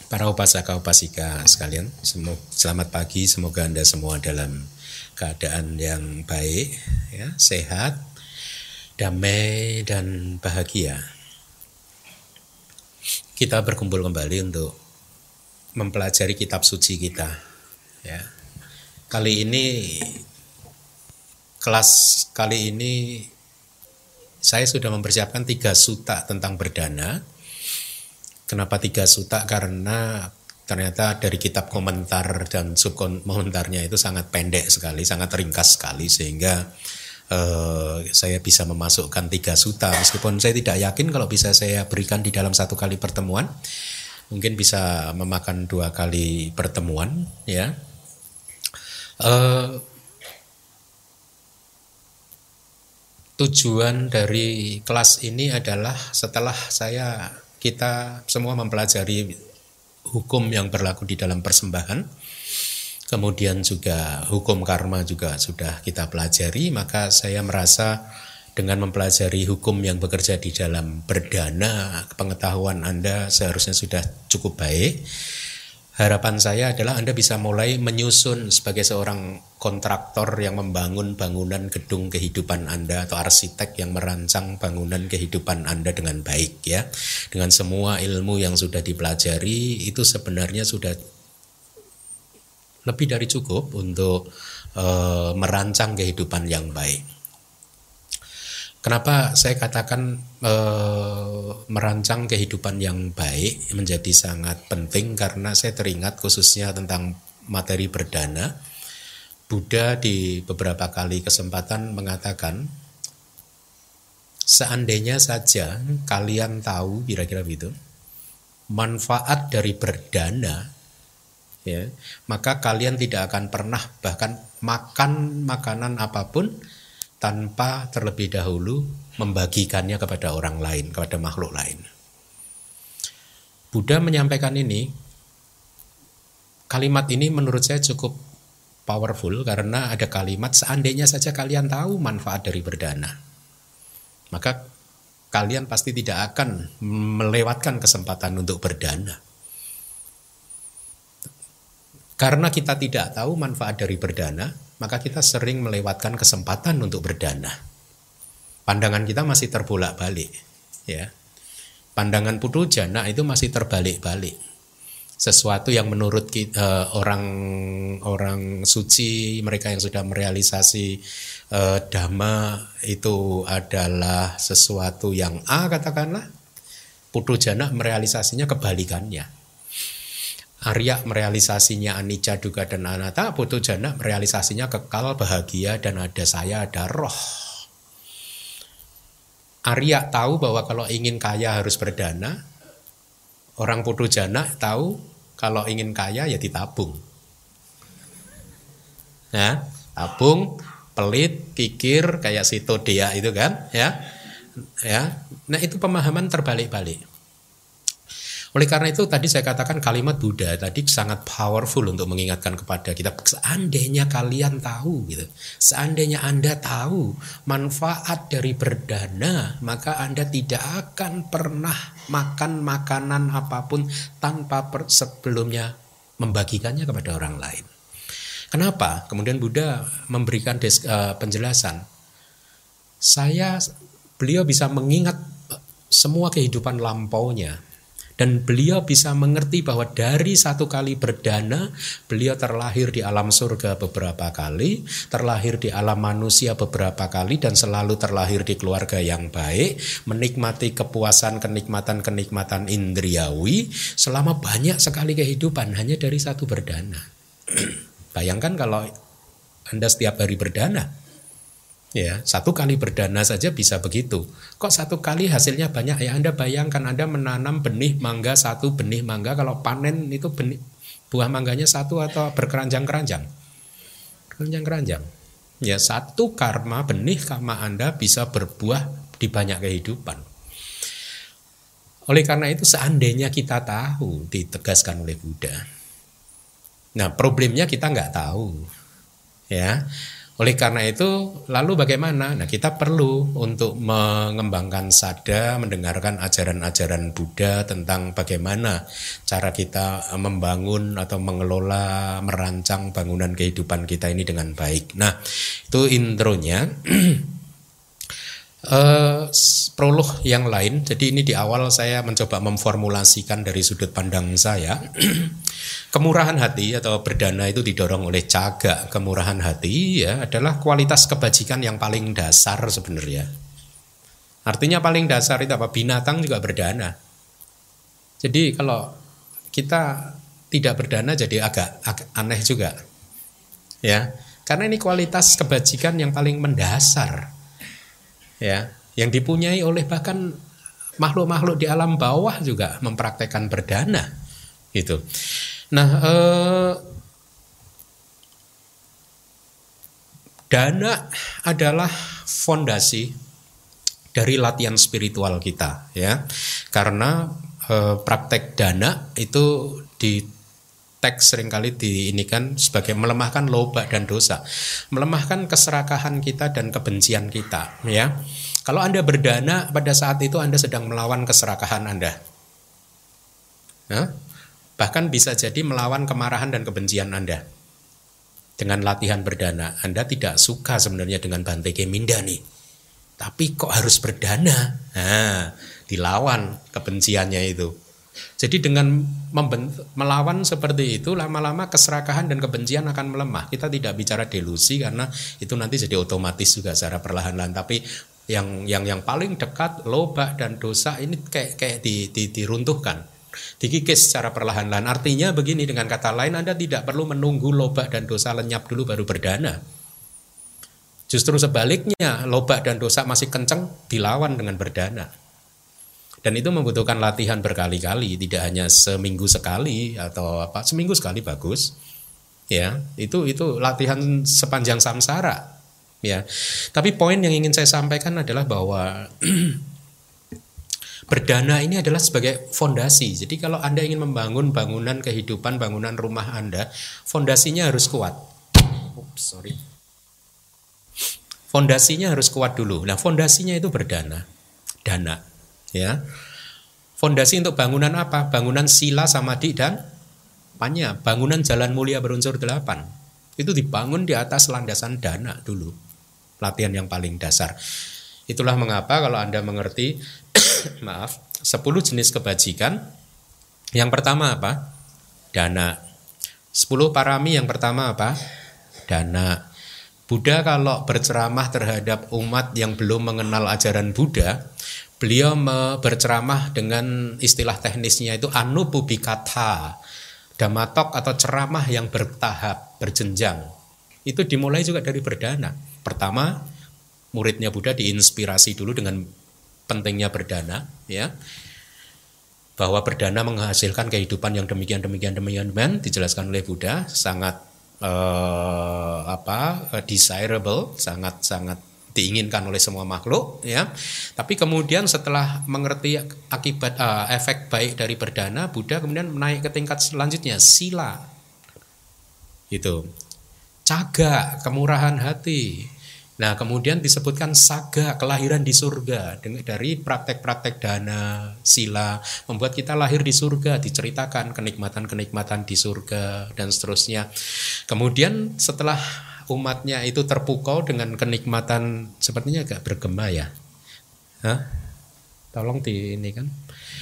Para upasaka upasika sekalian, selamat pagi. Semoga Anda semua dalam keadaan yang baik, ya, sehat, damai dan bahagia. Kita berkumpul kembali untuk mempelajari kitab suci kita, ya. Kelas kali ini saya sudah mempersiapkan 3 suta tentang berdana. Kenapa 3 suta? Karena ternyata dari kitab komentar dan subkomentarnya itu sangat pendek sekali, sangat ringkas sekali, sehingga saya bisa memasukkan 3 suta. Meskipun saya tidak yakin kalau bisa saya berikan di dalam 1 kali pertemuan, mungkin bisa memakan 2 kali pertemuan, ya. Tujuan dari kelas ini adalah setelah kita semua mempelajari hukum yang berlaku di dalam persembahan, kemudian juga hukum karma juga sudah kita pelajari, maka saya merasa dengan mempelajari hukum yang bekerja di dalam berdana, pengetahuan Anda seharusnya sudah cukup baik. Harapan saya adalah Anda bisa mulai menyusun sebagai seorang kontraktor yang membangun bangunan gedung kehidupan Anda, atau arsitek yang merancang bangunan kehidupan Anda dengan baik, ya. Dengan semua ilmu yang sudah dipelajari, itu sebenarnya sudah lebih dari cukup untuk merancang kehidupan yang baik. Kenapa saya katakan merancang kehidupan yang baik menjadi sangat penting? Karena saya teringat khususnya tentang materi berdana. Buddha di beberapa kali kesempatan mengatakan, seandainya saja kalian tahu, kira-kira begitu, manfaat dari berdana, ya, maka kalian tidak akan pernah bahkan makan makanan apapun tanpa terlebih dahulu membagikannya kepada orang lain, kepada makhluk lain. Buddha menyampaikan ini, kalimat ini menurut saya cukup powerful, karena ada kalimat, seandainya saja kalian tahu manfaat dari berdana, maka kalian pasti tidak akan melewatkan kesempatan untuk berdana. Karena kita tidak tahu manfaat dari berdana, maka kita sering melewatkan kesempatan untuk berdana. Pandangan kita masih terbolak-balik, ya. Pandangan putu jana itu masih terbalik-balik. Sesuatu yang menurut kita, orang suci, mereka yang sudah merealisasi dhamma, itu adalah sesuatu yang A, katakanlah. Putu jana merealisasinya kebalikannya. Arya merealisasinya anicca, dukkha dan anatta. Putu jana merealisasinya kekal, bahagia, dan ada saya, ada roh. Arya tahu bahwa kalau ingin kaya harus berdana. Orang putu jana tahu kalau ingin kaya ya ditabung. Nah, tabung, pelit, kikir, kayak si Todea itu kan, ya. Nah, itu pemahaman terbalik-balik. Oleh karena itu tadi saya katakan kalimat Buddha tadi sangat powerful untuk mengingatkan kepada kita, seandainya kalian tahu, gitu. Seandainya Anda tahu manfaat dari berdana, maka Anda tidak akan pernah makan makanan apapun tanpa sebelumnya membagikannya kepada orang lain. Kenapa? Kemudian Buddha memberikan penjelasan. Beliau bisa mengingat semua kehidupan lampaunya. Dan beliau bisa mengerti bahwa dari 1 kali berdana, beliau terlahir di alam surga beberapa kali, terlahir di alam manusia beberapa kali, dan selalu terlahir di keluarga yang baik, menikmati kepuasan, kenikmatan indriawi selama banyak sekali kehidupan hanya dari 1 berdana. Bayangkan kalau Anda setiap hari berdana, ya, 1 kali berdana saja bisa begitu. Kok 1 kali hasilnya banyak? Ya, Anda bayangkan Anda menanam benih mangga, 1 benih mangga, kalau panen itu buah mangganya 1 atau berkeranjang-keranjang? Keranjang-keranjang. Ya, 1 karma, benih karma Anda bisa berbuah di banyak kehidupan. Oleh karena itu seandainya kita tahu, ditegaskan oleh Buddha. Nah, problemnya kita nggak tahu, ya. Oleh karena itu, lalu bagaimana? Nah, kita perlu untuk mengembangkan sada, mendengarkan ajaran-ajaran Buddha tentang bagaimana cara kita membangun atau mengelola, merancang bangunan kehidupan kita ini dengan baik. Nah, itu intronya. Prolog yang lain. Jadi ini di awal saya mencoba memformulasikan dari sudut pandang saya. Kemurahan hati atau berdana itu didorong oleh caga. Kemurahan hati ya adalah kualitas kebajikan yang paling dasar sebenarnya. Artinya paling dasar itu apa? Binatang juga berdana. Jadi kalau kita tidak berdana jadi agak aneh juga. Ya, karena ini kualitas kebajikan yang paling mendasar. Ya, yang dipunyai oleh bahkan makhluk-makhluk di alam bawah juga mempraktekkan berdana gitu. Nah, dana adalah fondasi dari latihan spiritual kita ya. Karena praktek dana itu di teks seringkali diinikan sebagai melemahkan loba dan dosa, melemahkan keserakahan kita dan kebencian kita ya. Kalau Anda berdana pada saat itu Anda sedang melawan keserakahan Anda ya? Bahkan bisa jadi melawan kemarahan dan kebencian Anda. Dengan latihan berdana Anda tidak suka sebenarnya dengan Bante Keminda nih, tapi kok harus berdana? Nah, dilawan kebenciannya itu. Jadi dengan melawan seperti itu, lama-lama keserakahan dan kebencian akan melemah. Kita tidak bicara delusi karena itu nanti jadi otomatis juga secara perlahan-lahan. Tapi yang paling dekat loba dan dosa ini kayak diruntuhkan, dikikis secara perlahan-lahan. Artinya begini, dengan kata lain Anda tidak perlu menunggu loba dan dosa lenyap dulu baru berdana. Justru sebaliknya, loba dan dosa masih kenceng, dilawan dengan berdana. Dan itu membutuhkan latihan berkali-kali, tidak hanya seminggu sekali atau apa, seminggu sekali bagus. Ya, itu latihan sepanjang samsara. Ya. Tapi poin yang ingin saya sampaikan adalah bahwa berdana ini adalah sebagai fondasi. Jadi kalau Anda ingin membangun bangunan kehidupan, bangunan rumah Anda, fondasinya harus kuat. Fondasinya harus kuat dulu. Nah, fondasinya itu berdana. Dana, ya. Fondasi untuk bangunan apa? Bangunan sila, samadhi dan panya. Bangunan jalan mulia berunsur 8. Itu dibangun di atas landasan dana dulu. Latihan yang paling dasar. Itulah mengapa kalau Anda mengerti 10 jenis kebajikan. Yang pertama apa? Dana. 10 parami yang pertama apa? Dana. Buddha kalau berceramah terhadap umat yang belum mengenal ajaran Buddha, beliau berceramah dengan istilah teknisnya itu anupubikatha, damatok atau ceramah yang bertahap, berjenjang. Itu dimulai juga dari berdana. Pertama, muridnya Buddha diinspirasi dulu dengan pentingnya berdana, ya, bahwa berdana menghasilkan kehidupan yang demikian dijelaskan oleh Buddha, sangat desirable, sangat diinginkan oleh semua makhluk, ya. Tapi kemudian setelah mengerti akibat efek baik dari berdana, Buddha kemudian naik ke tingkat selanjutnya, sila, itu, caga, kemurahan hati. Nah, kemudian disebutkan saga, kelahiran di surga. Dari praktek-praktek dana, sila, membuat kita lahir di surga, diceritakan kenikmatan-kenikmatan di surga, dan seterusnya. Kemudian setelah umatnya itu terpukau dengan kenikmatan, sepertinya agak bergema ya. Tolong di ini kan.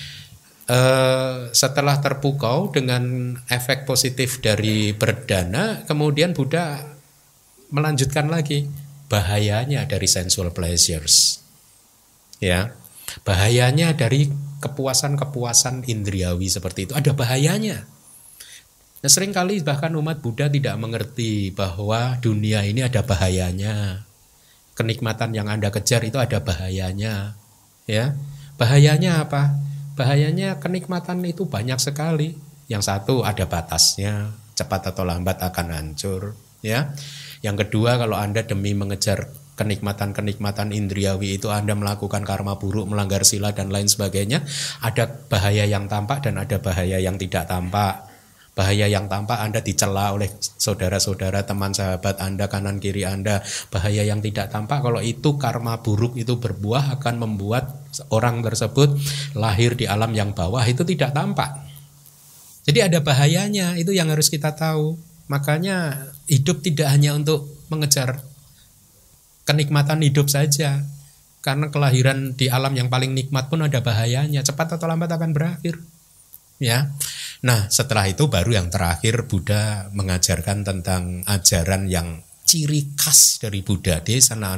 Setelah terpukau dengan efek positif dari berdana, kemudian Buddha melanjutkan lagi bahayanya dari sensual pleasures, ya, bahayanya dari kepuasan-kepuasan indriawi seperti itu, ada bahayanya. Nah, seringkali bahkan umat Buddha tidak mengerti bahwa dunia ini ada bahayanya, kenikmatan yang Anda kejar itu ada bahayanya, ya. Bahayanya apa? Bahayanya kenikmatan itu banyak sekali. Yang satu ada batasnya, cepat atau lambat akan hancur, ya. Yang kedua, kalau Anda demi mengejar kenikmatan-kenikmatan indriawi itu Anda melakukan karma buruk, melanggar sila dan lain sebagainya, ada bahaya yang tampak dan ada bahaya yang tidak tampak. Bahaya yang tampak Anda dicela oleh saudara-saudara, teman sahabat Anda, kanan kiri Anda. Bahaya yang tidak tampak, kalau itu karma buruk itu berbuah akan membuat orang tersebut lahir di alam yang bawah, itu tidak tampak. Jadi ada bahayanya, itu yang harus kita tahu. Makanya hidup tidak hanya untuk mengejar kenikmatan hidup saja. Karena kelahiran di alam yang paling nikmat pun ada bahayanya, cepat atau lambat akan berakhir. Ya. Nah, setelah itu baru yang terakhir Buddha mengajarkan tentang ajaran yang ciri khas dari Buddha. Di sana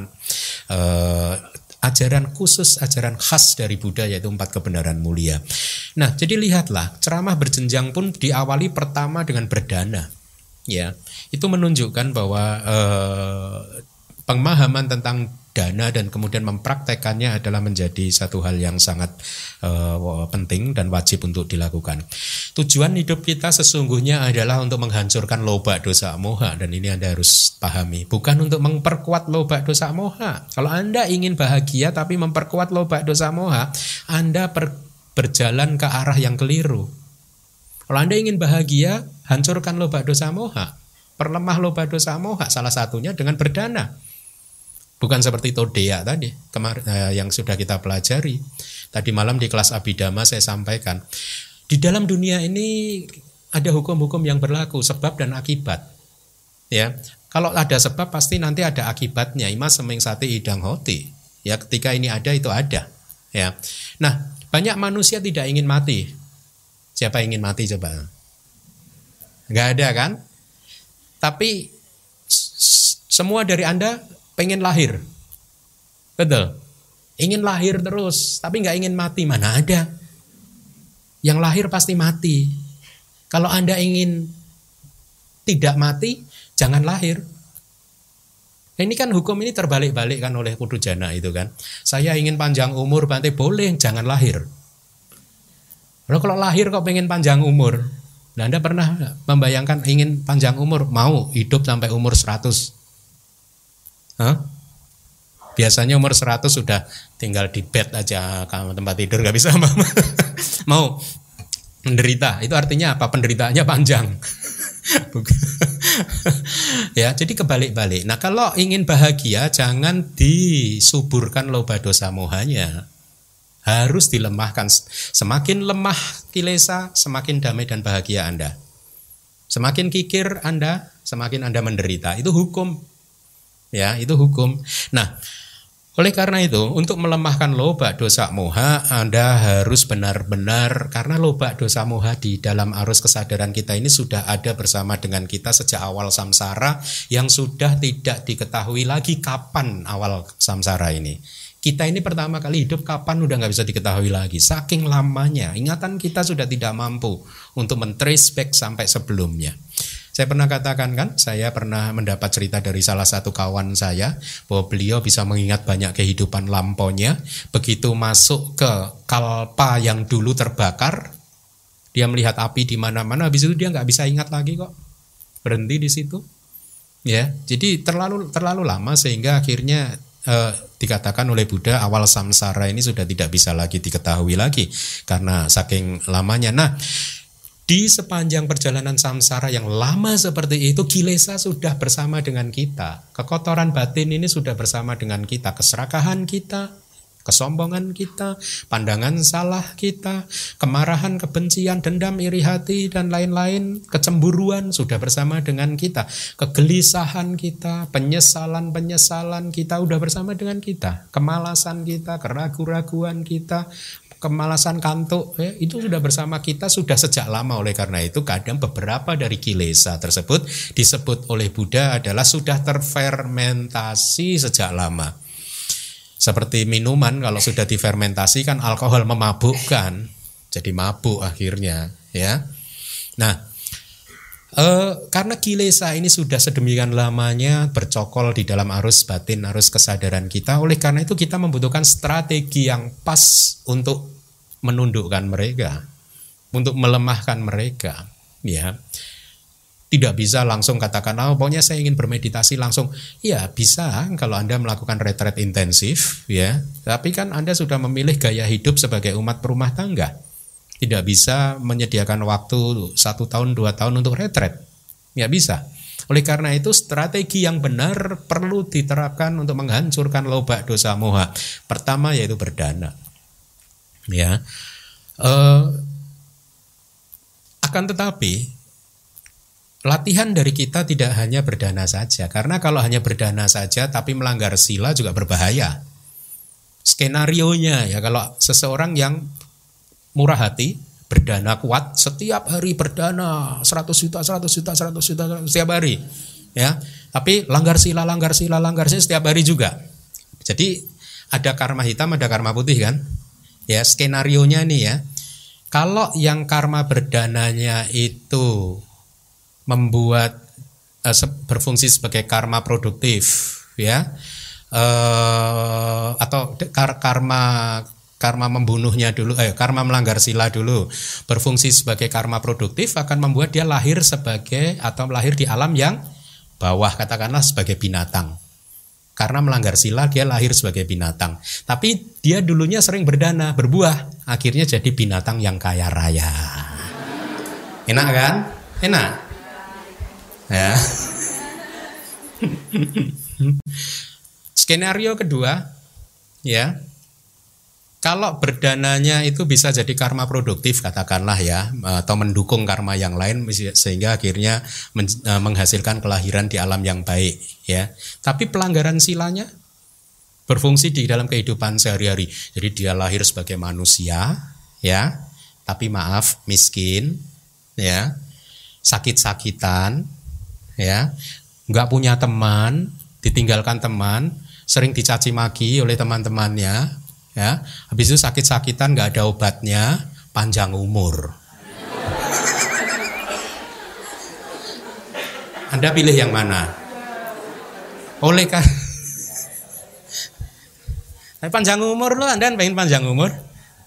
ajaran khusus, ajaran khas dari Buddha, yaitu 4 kebenaran mulia. Nah, jadi lihatlah, ceramah berjenjang pun diawali pertama dengan berdana. Ya, itu menunjukkan bahwa pemahaman tentang dana dan kemudian mempraktekannya adalah menjadi satu hal yang sangat penting dan wajib untuk dilakukan. Tujuan hidup kita sesungguhnya adalah untuk menghancurkan loba dosa moha, dan ini Anda harus pahami, bukan untuk memperkuat loba dosa moha. Kalau Anda ingin bahagia tapi memperkuat loba dosa moha, Anda berjalan ke arah yang keliru. Kalau Anda ingin bahagia, hancurkan loba dosa moha, perlemah loba dosa moha, salah satunya dengan berdana. Bukan seperti Todea tadi yang sudah kita pelajari. Tadi malam di kelas Abhidhamma saya sampaikan, di dalam dunia ini ada hukum-hukum yang berlaku, sebab dan akibat. Ya, kalau ada sebab pasti nanti ada akibatnya. Ima seming sati idang hoti. Ya, ketika ini ada itu ada. Ya. Nah, banyak manusia tidak ingin mati. Siapa ingin mati coba? Enggak ada kan? Tapi semua dari Anda pengen lahir. Betul. Ingin lahir terus, tapi nggak ingin mati. Mana ada? Yang lahir pasti mati. Kalau Anda ingin tidak mati, jangan lahir. Ini kan hukum ini terbalik-balik kan oleh Kudu Jana itu kan. Saya ingin panjang umur, berarti boleh, jangan lahir. Lalu kalau lahir kok pengen panjang umur? Nah, Anda pernah membayangkan ingin panjang umur, mau hidup sampai umur 100? Hah? Biasanya umur 100 sudah tinggal di bed aja, tempat tidur gak bisa mau menderita. Itu artinya apa? Penderitaannya panjang. Ya, jadi kebalik-balik. Nah, kalau ingin bahagia jangan disuburkan loba dosa mohanya. Harus dilemahkan. Semakin lemah kilesa, semakin damai dan bahagia Anda. Semakin kikir Anda, semakin Anda menderita. Itu hukum. Ya, itu hukum. Nah, oleh karena itu, untuk melemahkan loba dosa moha, Anda harus benar-benar, karena loba dosa moha di dalam arus kesadaran kita ini sudah ada bersama dengan kita sejak awal samsara, yang sudah tidak diketahui lagi kapan awal samsara ini. Kita ini pertama kali hidup kapan udah gak bisa diketahui lagi. Saking lamanya, ingatan kita sudah tidak mampu untuk men-trace back sampai sebelumnya. Saya pernah katakan kan, saya pernah mendapat cerita dari salah satu kawan saya bahwa beliau bisa mengingat banyak kehidupan lampaunya. Begitu masuk ke kalpa yang dulu terbakar, dia melihat api di mana-mana, habis itu dia nggak bisa ingat lagi kok. Berhenti di situ. Ya, jadi terlalu lama sehingga akhirnya dikatakan oleh Buddha awal samsara ini sudah tidak bisa lagi diketahui lagi karena saking lamanya. Nah, di sepanjang perjalanan samsara yang lama seperti itu, kilesa sudah bersama dengan kita. Kekotoran batin ini sudah bersama dengan kita. Keserakahan kita, kesombongan kita, pandangan salah kita, kemarahan, kebencian, dendam, iri hati, dan lain-lain, kecemburuan sudah bersama dengan kita. Kegelisahan kita, penyesalan kita sudah bersama dengan kita. Kemalasan kita, keraguan-raguan kita, kemalasan kantuk, ya, itu sudah bersama kita sudah sejak lama. Oleh karena itu kadang beberapa dari kilesa tersebut disebut oleh Buddha adalah sudah terfermentasi sejak lama. Seperti minuman kalau sudah difermentasi kan alkohol memabukkan, jadi mabuk akhirnya, ya. Nah, karena kilesa ini sudah sedemikian lamanya bercokol di dalam arus batin, arus kesadaran kita. Oleh karena itu kita membutuhkan strategi yang pas untuk menundukkan mereka, untuk melemahkan mereka. Ya, tidak bisa langsung katakan, pokoknya saya ingin bermeditasi langsung. Ya bisa kalau Anda melakukan retreat intensif, ya. Tapi kan Anda sudah memilih gaya hidup sebagai umat berumah tangga. tidak bisa menyediakan waktu 1 tahun 2 tahun untuk retret, nggak bisa. Oleh karena itu strategi yang benar perlu diterapkan untuk menghancurkan lobak dosa moha. Pertama yaitu berdana. Ya, akan tetapi latihan dari kita tidak hanya berdana saja, karena kalau hanya berdana saja tapi melanggar sila juga berbahaya. Skenarionya ya, kalau seseorang yang murah hati, berdana kuat, setiap hari berdana 100 juta setiap hari, ya. Tapi langgar sila setiap hari juga. Jadi ada karma hitam, ada karma putih kan? Ya, skenarionya nih ya. Kalau yang karma berdananya itu membuat berfungsi sebagai karma produktif, ya. Atau karma membunuhnya dulu, karma melanggar sila dulu berfungsi sebagai karma produktif, akan membuat dia lahir sebagai atau lahir di alam yang bawah, katakanlah sebagai binatang. Karena melanggar sila dia lahir sebagai binatang. Tapi dia dulunya sering berdana, berbuah, akhirnya jadi binatang yang kaya raya. Enak kan? Enak. Ya. Skenario kedua, ya, kalau berdananya itu bisa jadi karma produktif, katakanlah ya, atau mendukung karma yang lain sehingga akhirnya menghasilkan kelahiran di alam yang baik, ya. Tapi pelanggaran silanya berfungsi di dalam kehidupan sehari-hari. Jadi dia lahir sebagai manusia, ya, tapi maaf, miskin, ya, sakit-sakitan, ya, nggak punya teman, ditinggalkan teman, sering dicaci maki oleh teman-temannya, ya, habis itu sakit-sakitan nggak ada obatnya, panjang umur. Anda pilih yang mana? Oleh kan? Panjang umur loh, Anda pengen panjang umur?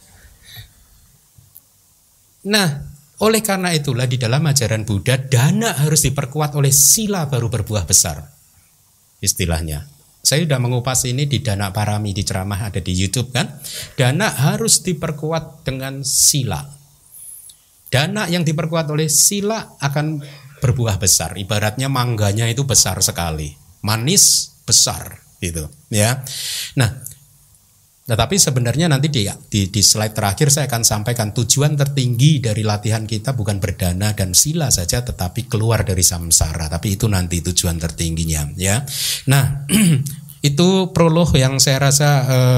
Nah, oleh karena itulah di dalam ajaran Buddha, dana harus diperkuat oleh sila baru berbuah besar. Istilahnya. Saya sudah mengupas ini di Dana Parami, di ceramah ada di YouTube kan. Dana harus diperkuat dengan sila. Dana yang diperkuat oleh sila akan berbuah besar. Ibaratnya mangganya itu besar sekali, manis besar gitu, ya. Nah, tetapi sebenarnya nanti di slide terakhir saya akan sampaikan tujuan tertinggi dari latihan kita bukan berdana dan sila saja, tetapi keluar dari samsara. Tapi itu nanti tujuan tertingginya, ya. Nah, itu prolog yang saya rasa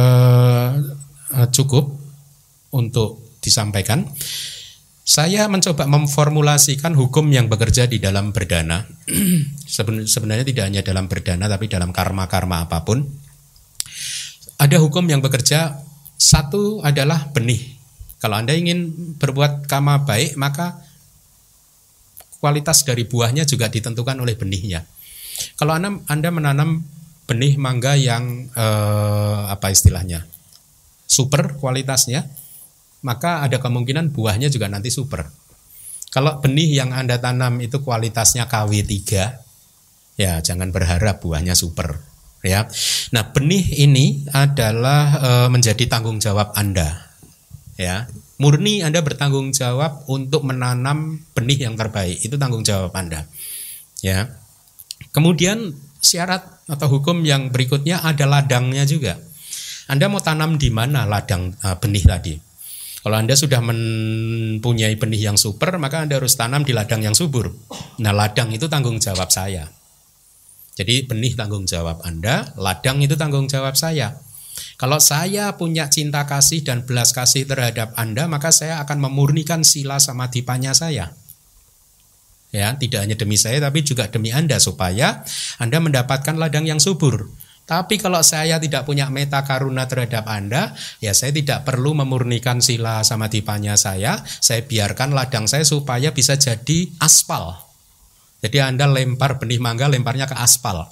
cukup untuk disampaikan. Saya mencoba memformulasikan hukum yang bekerja di dalam berdana. Sebenarnya tidak hanya dalam berdana, tapi dalam karma-karma apapun. Ada hukum yang bekerja. Satu adalah benih. Kalau Anda ingin berbuat karma baik, maka kualitas dari buahnya juga ditentukan oleh benihnya. Kalau Anda menanam benih mangga yang apa istilahnya, super kualitasnya, maka ada kemungkinan buahnya juga nanti super. Kalau benih yang Anda tanam itu kualitasnya KW3, ya jangan berharap buahnya super, ya. Nah, benih ini adalah menjadi tanggung jawab Anda, ya. Murni Anda bertanggung jawab untuk menanam benih yang terbaik, itu tanggung jawab Anda, ya. Kemudian syarat atau hukum yang berikutnya ada ladangnya juga. Anda mau tanam di mana ladang benih tadi? Kalau Anda sudah mempunyai benih yang super, maka Anda harus tanam di ladang yang subur. Nah, ladang itu tanggung jawab saya. Jadi benih tanggung jawab Anda, ladang itu tanggung jawab saya. Kalau saya punya cinta kasih dan belas kasih terhadap Anda, maka saya akan memurnikan sila samadhipanya saya. Ya, tidak hanya demi saya tapi juga demi Anda supaya Anda mendapatkan ladang yang subur. Tapi kalau saya tidak punya meta karuna terhadap Anda, ya saya tidak perlu memurnikan sila samadhipanya saya biarkan ladang saya supaya bisa jadi aspal. Jadi Anda lempar benih mangga, lemparnya ke aspal.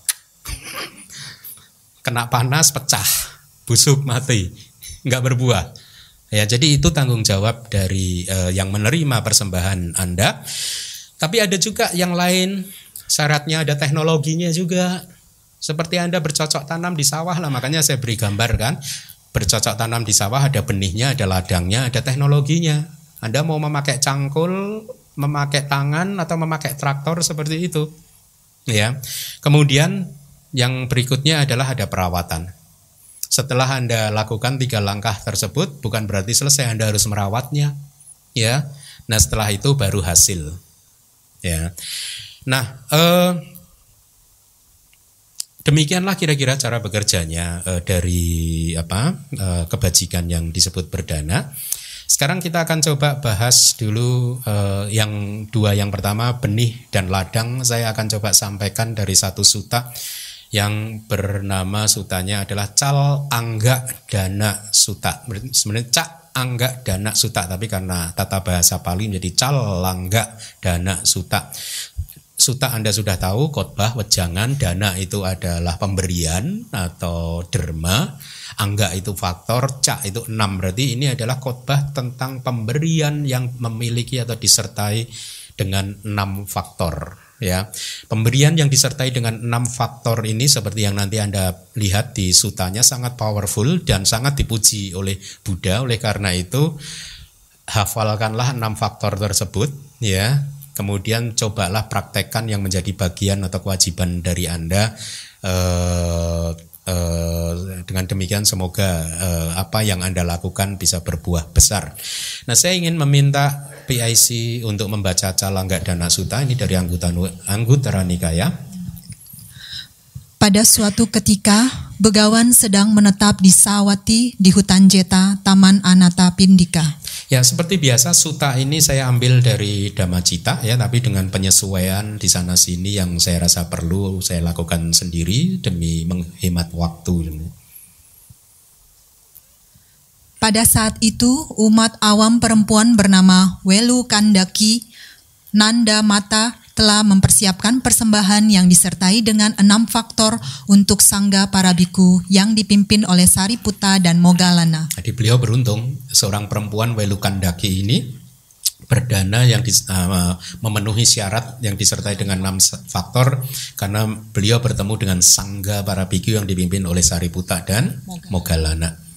Kena panas pecah, busuk mati, nggak berbuah. Ya, jadi itu tanggung jawab dari yang menerima persembahan Anda. Tapi ada juga yang lain, syaratnya ada teknologinya juga. Seperti Anda bercocok tanam di sawah lah, makanya saya beri gambar kan. Bercocok tanam di sawah ada benihnya, ada ladangnya, ada teknologinya. Anda mau memakai cangkul, memakai tangan, atau memakai traktor seperti itu. Ya. Kemudian yang berikutnya adalah ada perawatan. Setelah Anda lakukan 3 langkah tersebut, bukan berarti selesai, Anda harus merawatnya. Ya. Nah, setelah itu baru hasil. Ya. Nah, demikianlah kira-kira cara bekerjanya dari kebajikan yang disebut berdana. Sekarang kita akan coba bahas dulu yang 2. Yang pertama, benih dan ladang. Saya akan coba sampaikan dari satu suta yang bernama sutanya adalah Cal Angga Dana Suta. Sebenarnya Cak Angga Dana Suta, tapi karena tata bahasa Pali menjadi Cal Angga Dana Suta. Suta Anda sudah tahu, khotbah, wejangan, dana itu adalah pemberian atau derma, angga itu faktor, cak itu 6. Berarti ini adalah khotbah tentang pemberian yang memiliki atau disertai dengan 6 faktor. Ya, pemberian yang disertai dengan 6 faktor ini seperti yang nanti Anda lihat di sutanya sangat powerful dan sangat dipuji oleh Buddha. Oleh karena itu hafalkanlah 6 faktor tersebut, ya. Kemudian cobalah praktekkan yang menjadi bagian atau kewajiban dari Anda. Dengan demikian semoga apa yang Anda lakukan bisa berbuah besar. Nah, saya ingin meminta PIC untuk membaca Cal Angga Dana Suta ini dari Anguttara Nikaya. Pada suatu ketika, Begawan sedang menetap di Sawati di hutan Jeta, Taman Anathapindika. Ya, seperti biasa suta ini saya ambil dari Dhammacita ya, tapi dengan penyesuaian di sana sini yang saya rasa perlu saya lakukan sendiri demi menghemat waktu. Pada saat itu, umat awam perempuan bernama Welu Kandaki Nanda Mata telah mempersiapkan persembahan yang disertai dengan 6 faktor untuk sangga para biku yang dipimpin oleh Sariputta dan Moggallana. Jadi beliau beruntung, seorang perempuan Welukandaki ini berdana yang memenuhi syarat yang disertai dengan 6 faktor karena beliau bertemu dengan sangga para biku yang dipimpin oleh Sariputta dan Moggallana.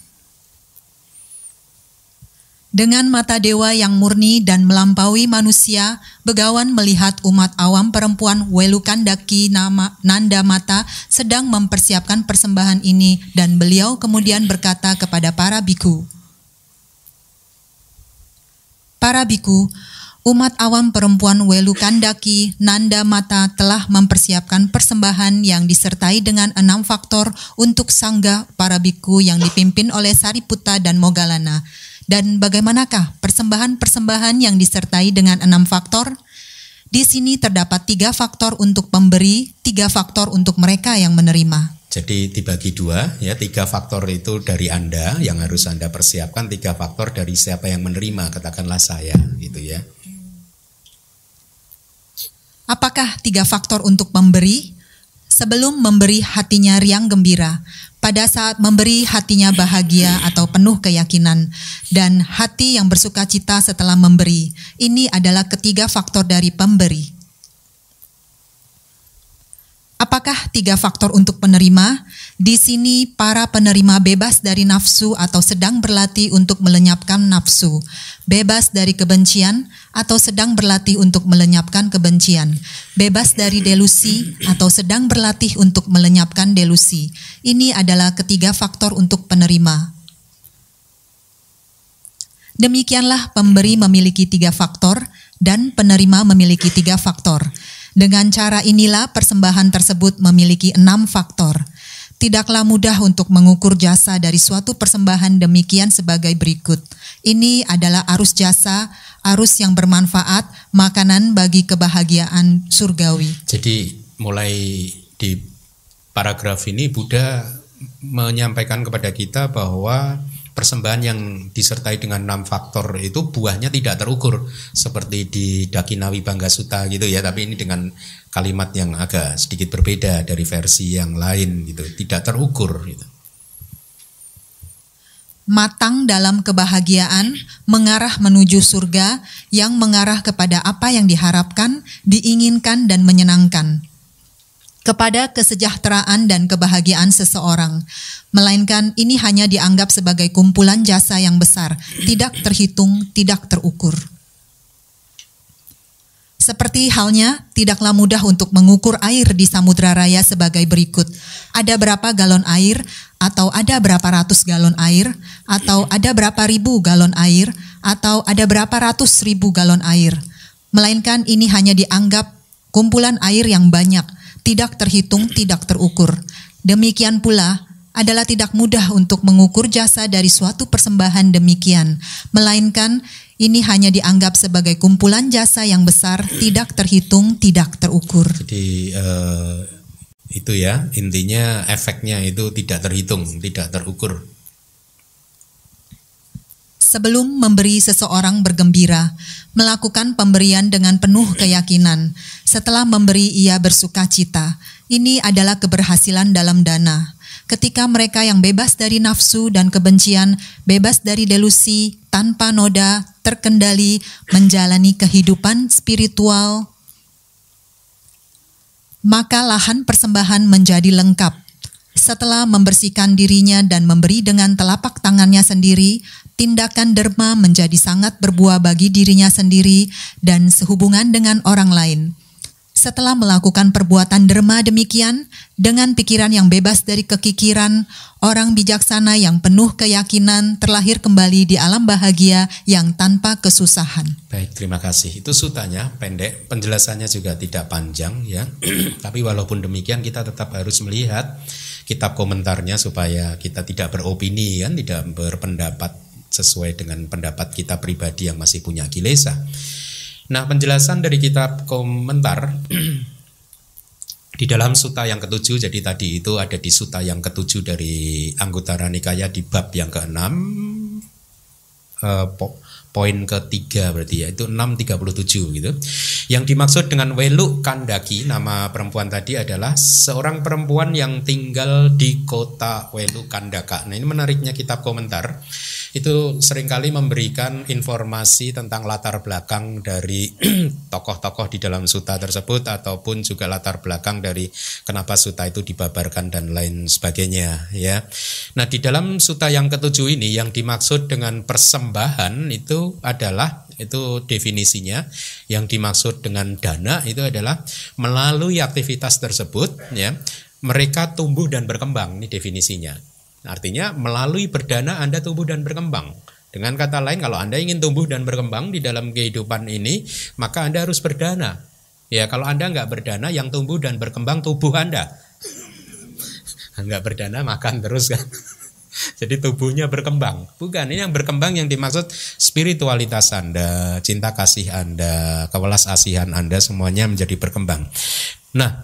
Dengan mata dewa yang murni dan melampaui manusia, Begawan melihat umat awam perempuan Welukandaki Nanda Mata sedang mempersiapkan persembahan ini dan beliau kemudian berkata kepada para biku, "Para biku, umat awam perempuan Welukandaki Nanda Mata telah mempersiapkan persembahan yang disertai dengan 6 faktor untuk sangga para biku yang dipimpin oleh Sariputta dan Moggallana. Dan bagaimanakah persembahan-persembahan yang disertai dengan 6 faktor? Di sini terdapat 3 faktor untuk pemberi, 3 faktor untuk mereka yang menerima." Jadi dibagi 2 ya, 3 faktor itu dari Anda yang harus Anda persiapkan, 3 faktor dari siapa yang menerima, katakanlah saya gitu ya. Apakah 3 faktor untuk pemberi? Sebelum memberi hatinya riang gembira, pada saat memberi hatinya bahagia atau penuh keyakinan, dan hati yang bersuka cita setelah memberi. Ini adalah ketiga faktor dari pemberi. Apakah 3 faktor untuk penerima? Di sini para penerima bebas dari nafsu atau sedang berlatih untuk melenyapkan nafsu, bebas dari kebencian atau sedang berlatih untuk melenyapkan kebencian, bebas dari delusi atau sedang berlatih untuk melenyapkan delusi. Ini adalah ketiga faktor untuk penerima. Demikianlah pemberi memiliki 3 faktor dan penerima memiliki 3 faktor. Dengan cara inilah persembahan tersebut memiliki 6 faktor. Tidaklah mudah untuk mengukur jasa dari suatu persembahan demikian sebagai berikut. Ini adalah arus jasa, arus yang bermanfaat, makanan bagi kebahagiaan surgawi. Jadi mulai di paragraf ini Buddha menyampaikan kepada kita bahwa persembahan yang disertai dengan 6 faktor itu buahnya tidak terukur seperti di Dakinawi Bangga Sutta gitu ya, tapi ini dengan kalimat yang agak sedikit berbeda dari versi yang lain gitu, tidak terukur gitu. Matang dalam kebahagiaan, mengarah menuju surga yang mengarah kepada apa yang diharapkan, diinginkan dan menyenangkan. kepada kesejahteraan dan kebahagiaan seseorang, melainkan ini hanya dianggap sebagai kumpulan jasa yang besar, tidak terhitung, tidak terukur. Seperti halnya, tidaklah mudah untuk mengukur air di Samudra Raya sebagai berikut. Ada berapa galon air, atau ada berapa ratus galon air, atau ada berapa ribu galon air, atau ada berapa ratus ribu galon air. Melainkan ini hanya dianggap kumpulan air yang banyak, tidak terhitung, tidak terukur. Demikian pula, adalah tidak mudah untuk mengukur jasa dari suatu persembahan demikian, melainkan ini hanya dianggap sebagai kumpulan jasa yang besar, tidak terhitung, tidak terukur. Jadi itu ya, intinya efeknya itu tidak terhitung, tidak terukur. Sebelum memberi, seseorang bergembira, melakukan pemberian dengan penuh keyakinan. Setelah memberi, ia bersuka cita. Ini adalah keberhasilan dalam dana. Ketika mereka yang bebas dari nafsu dan kebencian, bebas dari delusi, tanpa noda, terkendali, menjalani kehidupan spiritual, maka lahan persembahan menjadi lengkap. Setelah membersihkan dirinya dan memberi dengan telapak tangannya sendiri, tindakan derma menjadi sangat berbuah bagi dirinya sendiri dan sehubungan dengan orang lain. Setelah melakukan perbuatan derma demikian, dengan pikiran yang bebas dari kekikiran, orang bijaksana yang penuh keyakinan terlahir kembali di alam bahagia yang tanpa kesusahan. Baik, terima kasih. Itu sutanya pendek, penjelasannya juga tidak panjang ya. Tapi walaupun demikian kita tetap harus melihat kitab komentarnya supaya kita tidak beropini kan, tidak berpendapat sesuai dengan pendapat kita pribadi yang masih punya kilesa. Nah, penjelasan dari kitab komentar di dalam sutta yang ke-7, jadi tadi itu ada di sutta yang ke-7 dari Anguttara Nikaya di bab yang ke-6, poin ke-3 berarti ya, itu 637 gitu. Yang dimaksud dengan Welu Kandaki, nama perempuan tadi adalah seorang perempuan yang tinggal di kota Welu Kandaka. Nah, ini menariknya kitab komentar. Itu seringkali memberikan informasi tentang latar belakang dari tokoh-tokoh di dalam sutta tersebut, ataupun juga latar belakang dari kenapa sutta itu dibabarkan dan lain sebagainya ya. Nah, di dalam sutta yang ke-7 ini yang dimaksud dengan persembahan itu adalah, itu definisinya, yang dimaksud dengan dana itu adalah melalui aktivitas tersebut ya, mereka tumbuh dan berkembang. Ini definisinya. Artinya melalui berdana Anda tumbuh dan berkembang. Dengan kata lain, kalau Anda ingin tumbuh dan berkembang di dalam kehidupan ini, maka Anda harus berdana. Ya, kalau Anda nggak berdana, yang tumbuh dan berkembang tubuh Anda. Nggak berdana, makan terus kan. Jadi tubuhnya berkembang. Bukan, ini yang berkembang yang dimaksud spiritualitas Anda, cinta kasih Anda, kewelas asihan Anda, semuanya menjadi berkembang. Nah,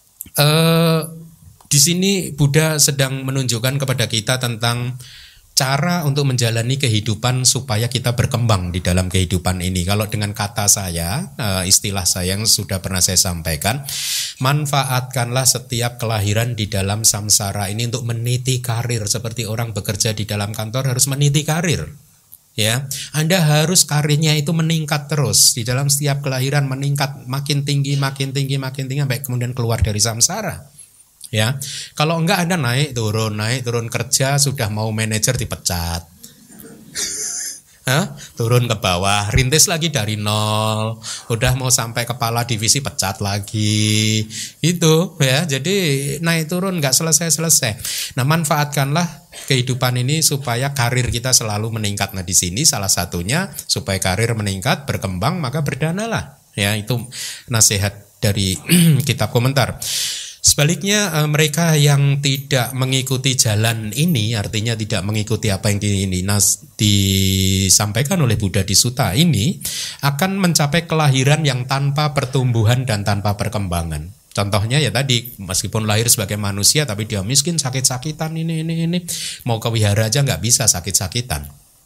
di sini Buddha sedang menunjukkan kepada kita tentang cara untuk menjalani kehidupan supaya kita berkembang di dalam kehidupan ini. Kalau dengan kata saya, istilah saya yang sudah pernah saya sampaikan, manfaatkanlah setiap kelahiran di dalam samsara ini untuk meniti karir. Seperti orang bekerja di dalam kantor harus meniti karir. Ya, Anda harus karirnya itu meningkat terus di dalam setiap kelahiran, meningkat makin tinggi sampai kemudian keluar dari samsara. Ya, kalau enggak Anda naik turun kerja, sudah mau manajer dipecat, turun ke bawah, rintis lagi dari nol, udah mau sampai kepala divisi pecat lagi, itu ya. Jadi naik turun enggak selesai. Nah, manfaatkanlah kehidupan ini supaya karir kita selalu meningkat. Nah, di sini salah satunya supaya karir meningkat, berkembang, maka berdanalah. Ya, itu nasihat dari kitab komentar. Sebaliknya mereka yang tidak mengikuti jalan ini, artinya tidak mengikuti apa yang disampaikan oleh Buddha di sutta ini, akan mencapai kelahiran yang tanpa pertumbuhan dan tanpa perkembangan. Contohnya ya tadi, meskipun lahir sebagai manusia tapi dia miskin, sakit-sakitan, ini mau ke wihara aja nggak bisa, sakit-sakitan.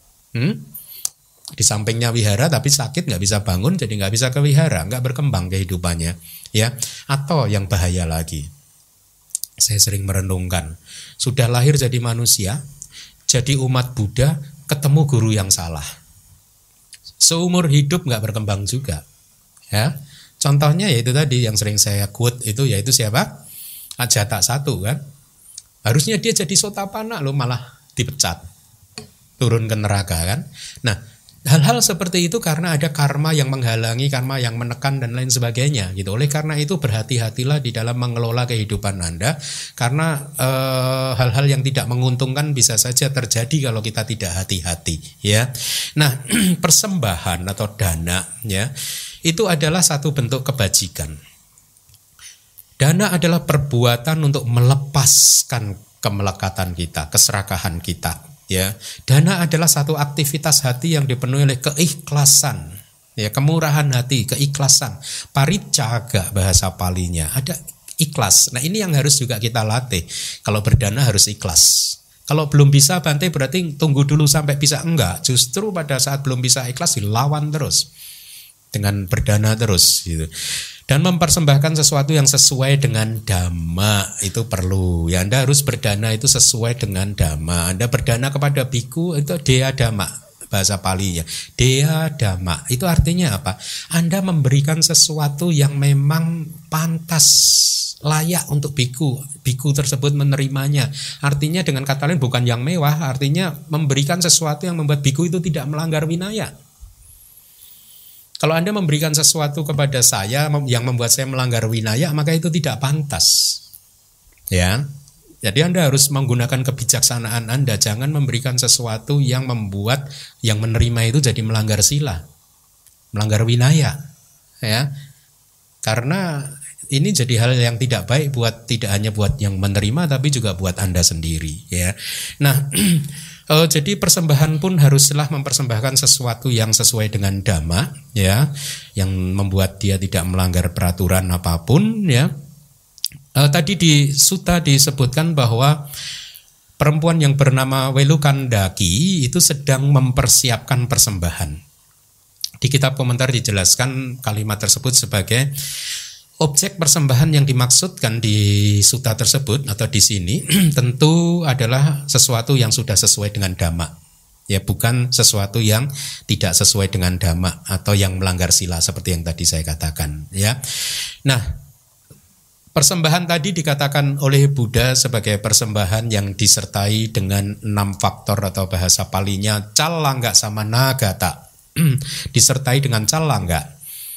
Di sampingnya wihara tapi sakit, nggak bisa bangun, jadi nggak bisa ke wihara, nggak berkembang kehidupannya. Ya, atau yang bahaya lagi, saya sering merenungkan, sudah lahir jadi manusia, jadi umat Buddha, ketemu guru yang salah, seumur hidup nggak berkembang juga. Ya, contohnya yaitu tadi yang sering saya quote itu, yaitu siapa? Jatah 1 kan. Harusnya dia jadi sotapana loh, malah dipecat. Turun ke neraka kan. Nah, hal-hal seperti itu karena ada karma yang menghalangi, karma yang menekan dan lain sebagainya gitu. Oleh karena itu berhati-hatilah di dalam mengelola kehidupan Anda, karena hal-hal yang tidak menguntungkan bisa saja terjadi kalau kita tidak hati-hati ya. Nah, persembahan atau dana ya, itu adalah satu bentuk kebajikan. Dana adalah perbuatan untuk melepaskan kemelekatan kita, keserakahan kita. Ya, dana adalah satu aktivitas hati yang dipenuhi oleh keikhlasan, ya, kemurahan hati, keikhlasan. Paricaga bahasa Palinya, ada ikhlas. Nah, ini yang harus juga kita latih. Kalau berdana harus ikhlas. Kalau belum bisa Bante berarti tunggu dulu sampai bisa, enggak. Justru pada saat belum bisa ikhlas dilawan terus dengan berdana terus gitu. Dan mempersembahkan sesuatu yang sesuai dengan dhamma itu perlu. Ya, Anda harus berdana itu sesuai dengan dhamma. Anda berdana kepada biku itu dea dhamma bahasa Palinya. Dea dhamma itu artinya apa? Anda memberikan sesuatu yang memang pantas, layak untuk biku. Biku tersebut menerimanya. Artinya dengan kata lain bukan yang mewah, artinya memberikan sesuatu yang membuat biku itu tidak melanggar winaya. Kalau Anda memberikan sesuatu kepada saya yang membuat saya melanggar winaya, maka itu tidak pantas. Ya. Jadi Anda harus menggunakan kebijaksanaan Anda, jangan memberikan sesuatu yang membuat yang menerima itu jadi melanggar sila, melanggar winaya. Ya. Karena ini jadi hal yang tidak baik buat tidak hanya buat yang menerima tapi juga buat Anda sendiri, ya. Nah, jadi persembahan pun haruslah mempersembahkan sesuatu yang sesuai dengan dhamma, ya, yang membuat dia tidak melanggar peraturan apapun, ya. Tadi di sutta disebutkan bahwa perempuan yang bernama Welukandaki itu sedang mempersiapkan persembahan. Di kitab komentar dijelaskan kalimat tersebut sebagai objek persembahan yang dimaksudkan di sutta tersebut atau di sini tentu adalah sesuatu yang sudah sesuai dengan dhamma. Ya, bukan sesuatu yang tidak sesuai dengan dhamma atau yang melanggar sila seperti yang tadi saya katakan, ya. Nah, persembahan tadi dikatakan oleh Buddha sebagai persembahan yang disertai dengan 6 faktor atau bahasa Palinya calangga sama nagata. Disertai dengan calangga.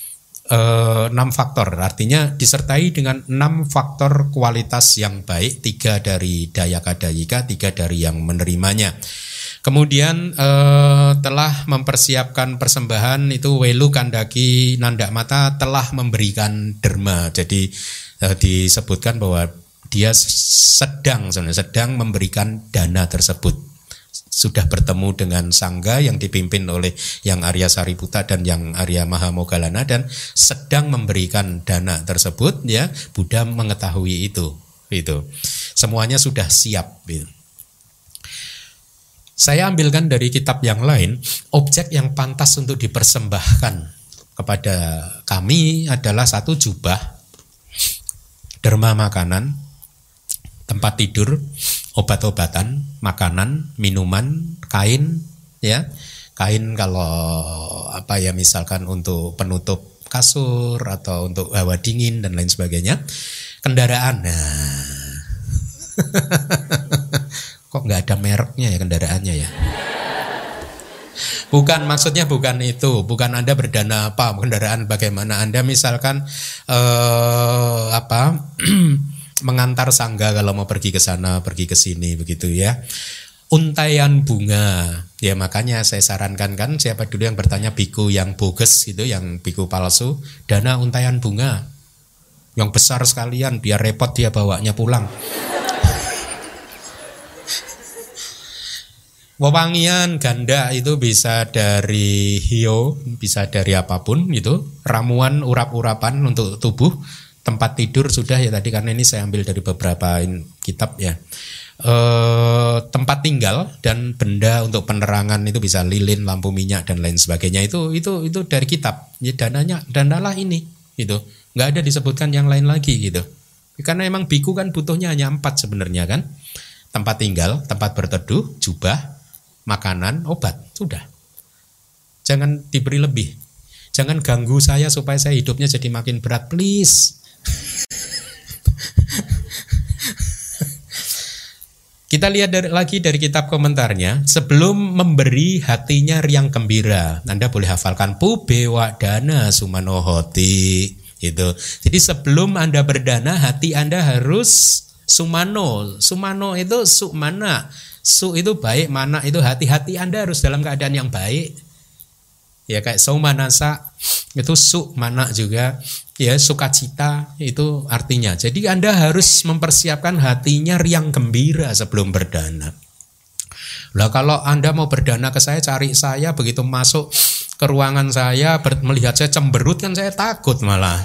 6 faktor, artinya disertai dengan 6 faktor kualitas yang baik, 3 dari dayaka dayika, 3 dari yang menerimanya. Kemudian telah mempersiapkan persembahan itu Welukandaki Nandamata telah memberikan derma. Jadi disebutkan bahwa dia sedang memberikan dana tersebut. Sudah bertemu dengan sangga yang dipimpin oleh yang Arya Sariputta dan yang Arya Mahamoggallana dan sedang memberikan dana tersebut, ya. Buddha mengetahui itu. Semuanya sudah siap gitu. Saya ambilkan dari kitab yang lain, objek yang pantas untuk dipersembahkan kepada kami adalah 1 jubah, derma makanan, tempat tidur, obat-obatan, makanan, minuman, kain, ya. Kain kalau misalkan untuk penutup kasur atau untuk hawa dingin dan lain sebagainya. Kendaraan. Nah. Kok nggak ada mereknya ya kendaraannya ya? Bukan, maksudnya bukan itu, bukan Anda berdana kendaraan bagaimana Anda misalkan mengantar sangga kalau mau pergi ke sana, pergi ke sini begitu ya. Untaian bunga. Ya, makanya saya sarankan, kan siapa dulu yang bertanya biku yang bogus gitu, yang biku palsu, dana untaian bunga. Yang besar sekalian biar repot dia bawanya pulang. Wewangian ganda itu bisa dari hio, bisa dari apapun gitu. Ramuan urap-urapan untuk tubuh. Tempat tidur sudah ya tadi, karena ini saya ambil dari beberapa kitab ya. Tempat tinggal dan benda untuk penerangan itu bisa lilin, lampu minyak dan lain sebagainya. Itu dari kitab. Ya, danalah ini gitu. Nggak ada disebutkan yang lain lagi gitu. Karena emang biku kan butuhnya hanya 4 sebenarnya kan. Tempat tinggal, tempat berteduh, jubah, makanan, obat, sudah. Jangan diberi lebih. Jangan ganggu saya supaya saya hidupnya jadi makin berat, please. Kita lihat lagi dari kitab komentarnya. Sebelum memberi hatinya riang gembira. Anda boleh hafalkan pubewa dana sumanohoti. Gitu. Jadi sebelum Anda berdana, hati Anda harus sumano. Sumano itu sumana. Su itu baik, mana itu hati-hati Anda harus dalam keadaan yang baik. Ya kayak saumanasa itu su mana juga. Ya sukacita itu artinya. Jadi Anda harus mempersiapkan hatinya riang gembira sebelum berdana. Lah kalau Anda mau berdana ke saya, cari saya, begitu masuk ke ruangan saya melihat saya cemberut kan saya takut malah.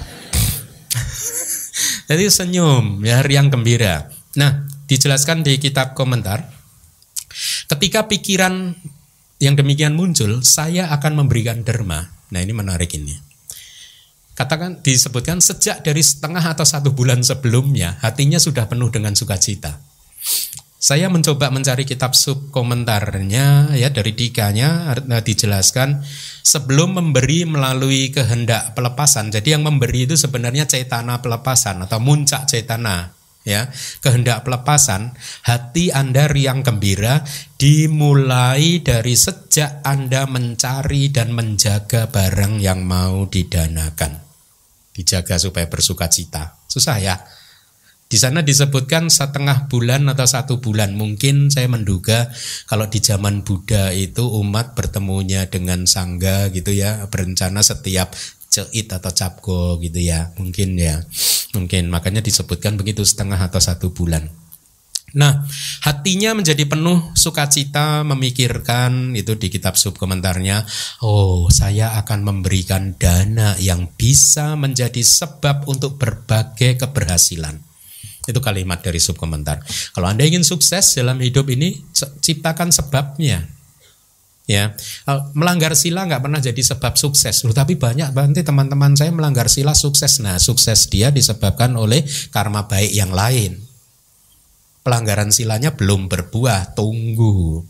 Jadi senyum ya, riang gembira. Nah, dijelaskan di kitab komentar. Ketika pikiran yang demikian muncul, saya akan memberikan derma. Nah, ini menarik ini. Katakan disebutkan sejak dari setengah atau 1 bulan sebelumnya hatinya sudah penuh dengan sukacita. Saya mencoba mencari kitab sub komentarnya ya, dari Dikanya dijelaskan sebelum memberi melalui kehendak pelepasan. Jadi yang memberi itu sebenarnya cetana pelepasan atau muncak cetana ya, kehendak pelepasan. Hati Anda riang gembira dimulai dari sejak Anda mencari dan menjaga barang yang mau didanakan. Dijaga supaya bersukacita. Susah ya. Di sana disebutkan setengah bulan atau 1 bulan. Mungkin saya menduga kalau di zaman Buddha itu umat bertemunya dengan sangga gitu ya, berencana setiap ceit atau capgo gitu ya. Mungkin ya. Mungkin makanya disebutkan begitu, setengah atau 1 bulan. Nah, hatinya menjadi penuh sukacita memikirkan itu di kitab sub komentarnya. Oh, saya akan memberikan dana yang bisa menjadi sebab untuk berbagai keberhasilan. Itu kalimat dari sub komentar. Kalau Anda ingin sukses dalam hidup ini, ciptakan sebabnya. Ya, melanggar sila nggak pernah jadi sebab sukses. Loh, tapi banyak nanti teman-teman saya melanggar sila sukses. Nah, sukses dia disebabkan oleh karma baik yang lain. Pelanggaran silanya belum berbuah, tunggu.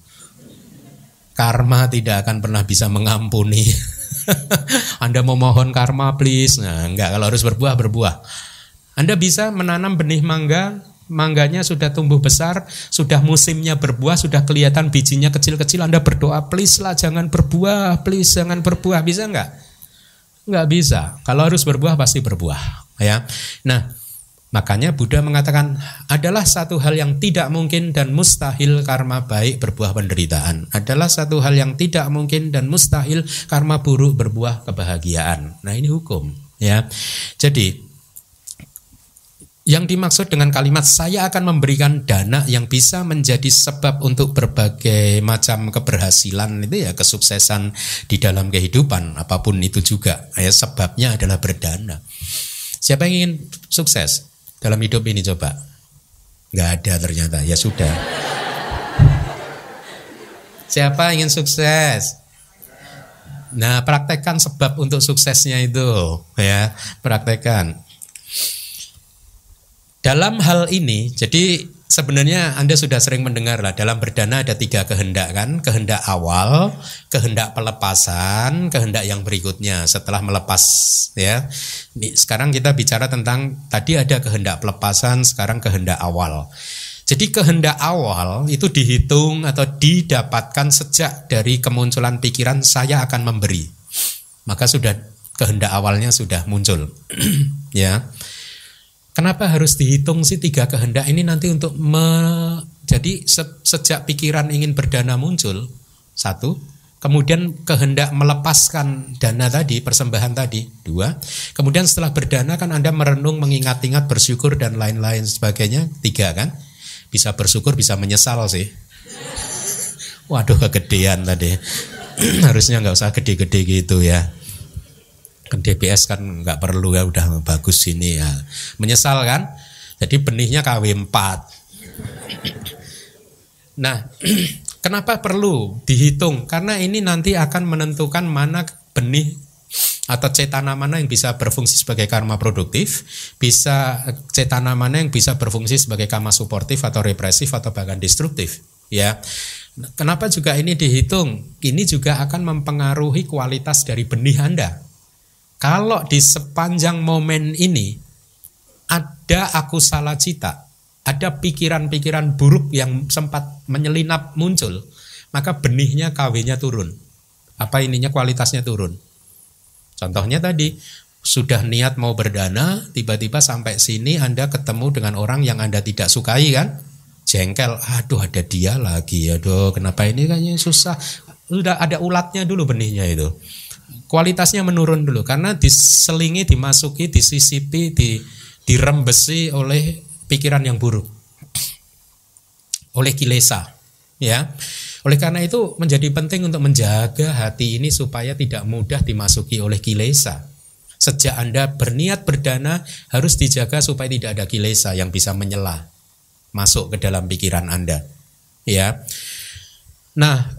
Karma tidak akan pernah bisa mengampuni. Anda mau mohon karma please. Nah, enggak, kalau harus berbuah, berbuah. Anda bisa menanam benih mangga, mangganya sudah tumbuh besar, sudah musimnya berbuah, sudah kelihatan bijinya kecil-kecil, Anda berdoa, please lah jangan berbuah, please jangan berbuah. Bisa enggak? Enggak bisa. Kalau harus berbuah pasti berbuah, ya. Nah, makanya Buddha mengatakan adalah satu hal yang tidak mungkin dan mustahil karma baik berbuah penderitaan. Adalah satu hal yang tidak mungkin dan mustahil karma buruk berbuah kebahagiaan. Nah, ini hukum, ya. Jadi yang dimaksud dengan kalimat saya akan memberikan dana yang bisa menjadi sebab untuk berbagai macam keberhasilan itu ya, kesuksesan di dalam kehidupan apapun itu juga. Ya, sebabnya adalah berdana. Siapa yang ingin sukses dalam hidup ini coba? Nggak ada ternyata. Ya sudah. Siapa ingin sukses? Nah, praktekkan sebab untuk suksesnya itu, ya, praktekkan. Dalam hal ini, jadi sebenarnya Anda sudah sering mendengar lah, dalam berdana ada 3 kehendak kan, kehendak awal, kehendak pelepasan, kehendak yang berikutnya setelah melepas, ya. Sekarang kita bicara tentang tadi ada kehendak pelepasan, sekarang kehendak awal. Jadi kehendak awal itu dihitung atau didapatkan sejak dari kemunculan pikiran saya akan memberi. Maka sudah kehendak awalnya sudah muncul. Ya. Kenapa harus dihitung sih 3 kehendak ini nanti untuk jadi sejak pikiran ingin berdana muncul, 1, kemudian kehendak melepaskan dana tadi, persembahan tadi, 2, kemudian setelah berdana kan Anda merenung, mengingat-ingat, bersyukur dan lain-lain sebagainya, 3 kan? Bisa bersyukur, bisa menyesal sih. Waduh, kegedean tadi. Harusnya nggak usah gede-gede gitu ya. DBS kan nggak perlu ya, udah bagus ini ya. Menyesal kan? Jadi benihnya KW4. Nah, kenapa perlu dihitung? Karena ini nanti akan menentukan mana benih atau cetana mana yang bisa berfungsi sebagai karma produktif, bisa cetana mana yang bisa berfungsi sebagai karma suportif atau represif atau bahkan destruktif, ya. Kenapa juga ini dihitung? Ini juga akan mempengaruhi kualitas dari benih Anda. Kalau di sepanjang momen ini ada akusala cita, ada pikiran-pikiran buruk yang sempat menyelinap muncul, maka benihnya KW-nya turun. Apa ininya, kualitasnya turun. Contohnya tadi, sudah niat mau berdana, tiba-tiba sampai sini Anda ketemu dengan orang yang Anda tidak sukai kan? Jengkel, aduh ada dia lagi, aduh kenapa ini kayaknya susah. Sudah ada ulatnya dulu benihnya itu. Kualitasnya menurun dulu karena diselingi, dimasuki, disisipi, dirembesi oleh pikiran yang buruk, oleh kilesa, ya. Oleh karena itu menjadi penting untuk menjaga hati ini supaya tidak mudah dimasuki oleh kilesa. Sejak Anda berniat berdana harus dijaga supaya tidak ada kilesa yang bisa menyela masuk ke dalam pikiran Anda, ya. Nah,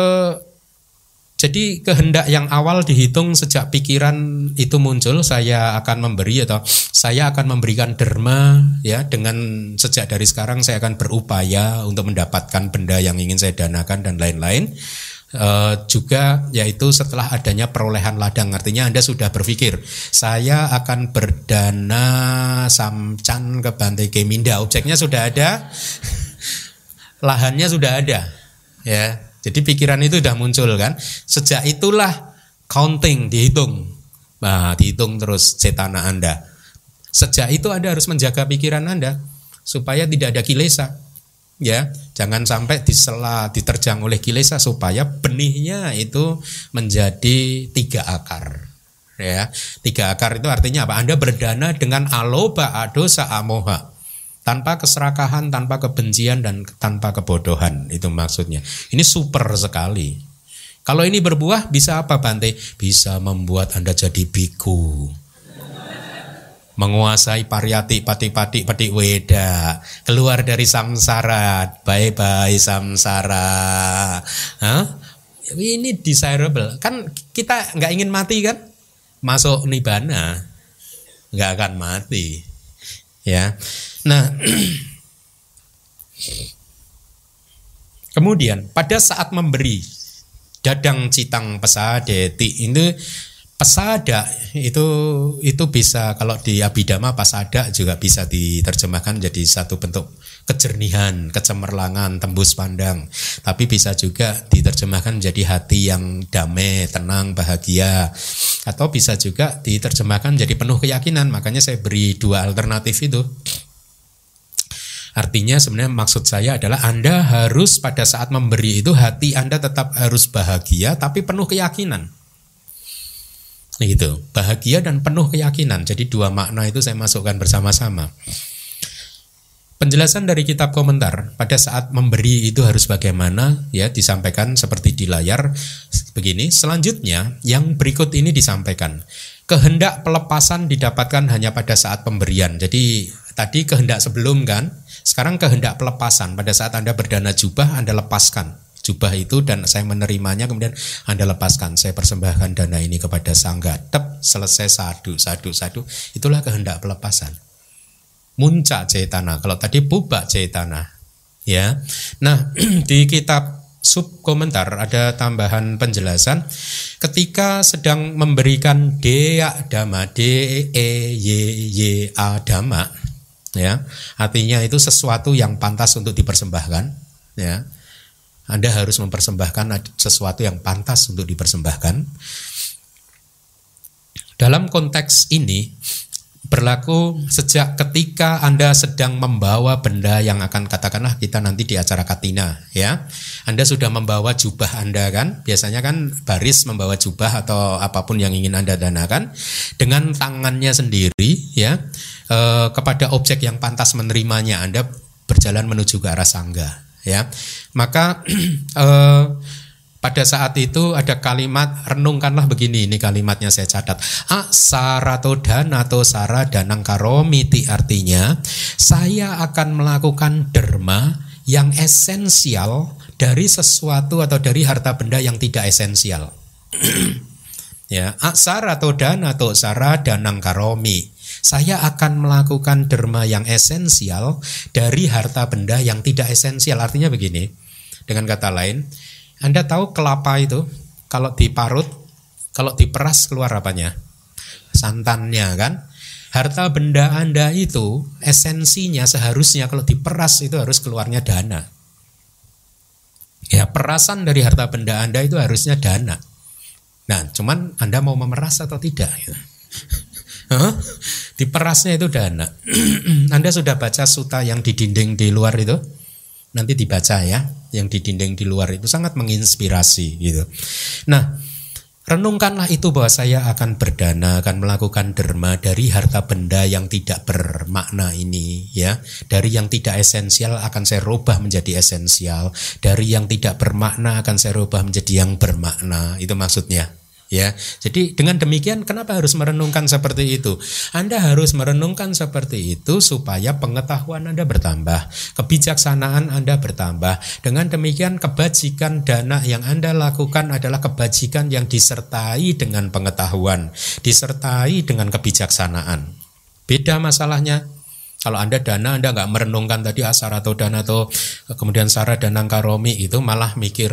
jadi kehendak yang awal dihitung sejak pikiran itu muncul, saya akan memberikan derma, ya, dengan sejak dari sekarang saya akan berupaya untuk mendapatkan benda yang ingin saya danakan dan lain-lain. Juga yaitu setelah adanya perolehan ladang, artinya Anda sudah berpikir saya akan berdana samcan ke Bantai Geminda, objeknya sudah ada, lahannya sudah ada, ya. Jadi pikiran itu sudah muncul kan. Sejak itulah counting, dihitung. Nah, dihitung terus cetana Anda. Sejak itu Anda harus menjaga pikiran Anda supaya tidak ada kilesa. Ya, jangan sampai diterjang oleh kilesa, supaya benihnya itu menjadi 3 akar. Ya, 3 akar itu artinya apa? Anda berdana dengan aloba, adosa, amoha. Tanpa keserakahan, tanpa kebencian, dan tanpa kebodohan. Itu maksudnya. Ini super sekali. Kalau ini berbuah bisa apa Bante? Bisa membuat Anda jadi biku, menguasai pariyati, pati-pati, petik weda, keluar dari samsara, bye-bye samsara. Hah? Ini desirable. Kan kita nggak ingin mati kan? Masuk nibbana nggak akan mati, ya. Nah, kemudian pada saat memberi dadang citang pasadeti, ini pasada itu bisa, kalau di Abhidhamma pasada juga bisa diterjemahkan jadi satu bentuk kejernihan, kecemerlangan, tembus pandang. Tapi bisa juga diterjemahkan menjadi hati yang damai, tenang, bahagia. Atau bisa juga diterjemahkan jadi penuh keyakinan. Makanya saya beri 2 alternatif itu. Artinya sebenarnya maksud saya adalah Anda harus pada saat memberi itu hati Anda tetap harus bahagia tapi penuh keyakinan. Gitu, bahagia dan penuh keyakinan. Jadi 2 makna itu saya masukkan bersama-sama. Penjelasan dari kitab komentar pada saat memberi itu harus bagaimana, ya, disampaikan seperti di layar begini. Selanjutnya yang berikut ini disampaikan. Kehendak pelepasan didapatkan hanya pada saat pemberian. Jadi tadi kehendak sebelum kan, sekarang kehendak pelepasan. Pada saat Anda berdana jubah, Anda lepaskan jubah itu dan saya menerimanya, kemudian Anda lepaskan. Saya persembahkan dana ini kepada sangga. Tep, selesai sadu. Itulah kehendak pelepasan. Munca cetana. Kalau tadi puba cetana, ya. Nah, di kitab sub komentar ada tambahan penjelasan. Ketika sedang memberikan dea dhamma, D-E-Y-Y-A dhamma, ya, artinya itu sesuatu yang pantas untuk dipersembahkan, ya. Anda harus mempersembahkan sesuatu yang pantas untuk dipersembahkan. Dalam konteks ini berlaku sejak ketika Anda sedang membawa benda yang akan, katakanlah kita nanti di acara katina, ya. Anda sudah membawa jubah Anda kan, biasanya kan baris membawa jubah atau apapun yang ingin Anda danakan dengan tangannya sendiri, ya, kepada objek yang pantas menerimanya. Anda berjalan menuju ke arah sangga, ya. Maka pada saat itu ada kalimat, renungkanlah begini, ini kalimatnya saya catat. Asarato danato sara danang karomiti, artinya saya akan melakukan derma yang esensial dari sesuatu atau dari harta benda yang tidak esensial. Ya, asarato danato sara danang karomi. Saya akan melakukan derma yang esensial dari harta benda yang tidak esensial. Artinya begini, dengan kata lain, Anda tahu kelapa itu kalau diparut, kalau diperas keluar apanya? Santannya kan? Harta benda Anda itu esensinya seharusnya kalau diperas itu harus keluarnya dana. Ya, perasan dari harta benda Anda itu harusnya dana. Nah, cuman Anda mau memeras atau tidak? Diperasnya itu dana. Anda sudah baca suta yang di dinding di luar itu? Nanti dibaca ya, yang di dinding di luar itu sangat menginspirasi gitu. Nah, renungkanlah itu bahwa saya akan berdana, akan melakukan derma dari harta benda yang tidak bermakna ini ya. Dari yang tidak esensial akan saya rubah menjadi esensial. Dari yang tidak bermakna akan saya rubah menjadi yang bermakna. Itu maksudnya. Ya, jadi dengan demikian kenapa harus merenungkan seperti itu? Anda harus merenungkan seperti itu supaya pengetahuan Anda bertambah, kebijaksanaan Anda bertambah. Dengan demikian kebajikan dana yang Anda lakukan adalah kebajikan yang disertai dengan pengetahuan, disertai dengan kebijaksanaan. Beda masalahnya. Kalau Anda dana, Anda nggak merenungkan tadi asarato dana atau kemudian sara danang karomi itu malah mikir,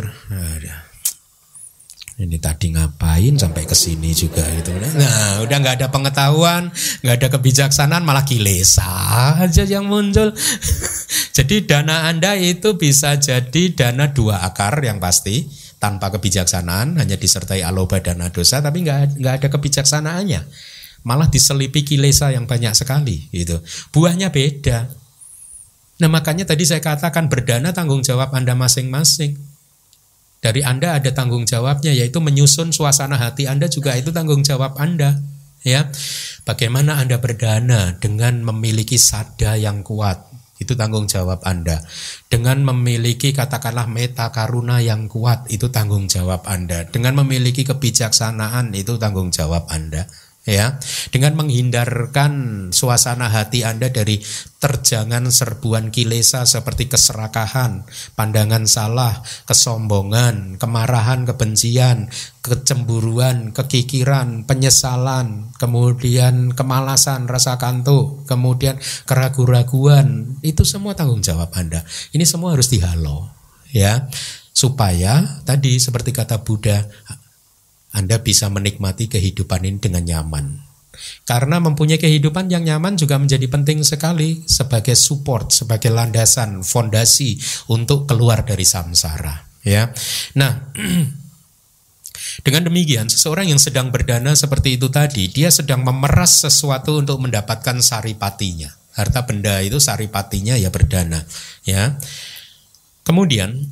ini tadi ngapain sampai ke sini juga gitu. Nah, udah nggak ada pengetahuan, nggak ada kebijaksanaan, malah kilesa aja yang muncul. Jadi dana Anda itu bisa jadi dana dua akar yang pasti, tanpa kebijaksanaan, hanya disertai aloba dana dosa, tapi nggak ada kebijaksanaannya. Malah diselipi kilesa yang banyak sekali gitu. Buahnya beda. Nah, makanya tadi saya katakan berdana tanggung jawab Anda masing-masing. Dari Anda ada tanggung jawabnya, yaitu menyusun suasana hati Anda juga itu tanggung jawab Anda. Ya, bagaimana Anda berdana dengan memiliki sada yang kuat, itu tanggung jawab Anda. Dengan memiliki katakanlah meta karuna yang kuat, itu tanggung jawab Anda. Dengan memiliki kebijaksanaan, itu tanggung jawab Anda. Ya, dengan menghindarkan suasana hati Anda dari terjangan serbuan kilesa seperti keserakahan, pandangan salah, kesombongan, kemarahan, kebencian, kecemburuan, kekikiran, penyesalan, kemudian kemalasan, rasa kantuk, kemudian keraguan-raguan, itu semua tanggung jawab Anda. Ini semua harus dihalau, ya, supaya tadi seperti kata Buddha, Anda bisa menikmati kehidupan ini dengan nyaman. Karena mempunyai kehidupan yang nyaman juga menjadi penting sekali sebagai support, sebagai landasan, fondasi untuk keluar dari samsara. Ya, nah, dengan demikian seseorang yang sedang berdana seperti itu tadi, dia sedang memeras sesuatu untuk mendapatkan saripatinya. Harta benda itu saripatinya ya berdana. Ya, kemudian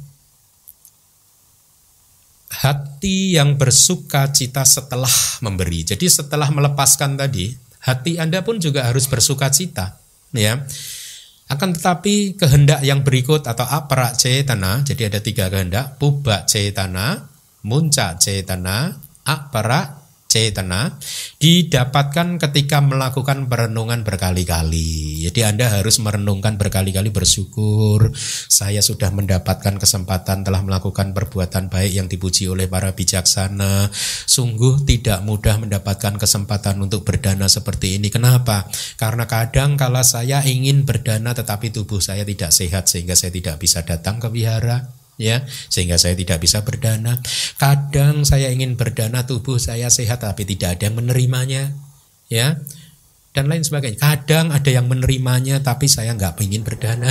hati yang bersuka cita setelah memberi. Jadi setelah melepaskan tadi, hati Anda pun juga harus bersuka cita, ya. Akan tetapi kehendak yang berikut atau apara cetana, jadi ada 3 kehendak, puba cetana, munca cetana, apara cetana, didapatkan ketika melakukan perenungan berkali-kali. Jadi Anda harus merenungkan berkali-kali, bersyukur saya sudah mendapatkan kesempatan telah melakukan perbuatan baik yang dipuji oleh para bijaksana. Sungguh tidak mudah mendapatkan kesempatan untuk berdana seperti ini. Kenapa? Karena kadang kala saya ingin berdana tetapi tubuh saya tidak sehat sehingga saya tidak bisa datang ke wihara. Ya, sehingga saya tidak bisa berdana. Kadang saya ingin berdana, tubuh saya sehat tapi tidak ada yang menerimanya, ya, dan lain sebagainya. Kadang ada yang menerimanya tapi saya nggak ingin berdana.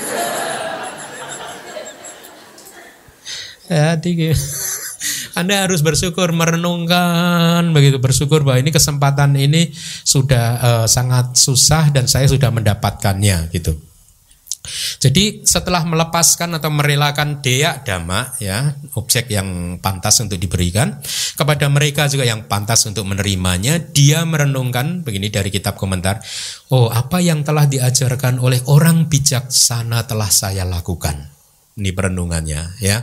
Jadi Anda harus bersyukur, merenungkan begitu, bersyukur bahwa ini kesempatan ini sudah sangat susah dan saya sudah mendapatkannya gitu. Jadi setelah melepaskan atau merelakan deya dhamma, ya, objek yang pantas untuk diberikan kepada mereka juga yang pantas untuk menerimanya, dia merenungkan begini dari kitab komentar, oh, apa yang telah diajarkan oleh orang bijaksana telah saya lakukan. Ini perenungannya, ya.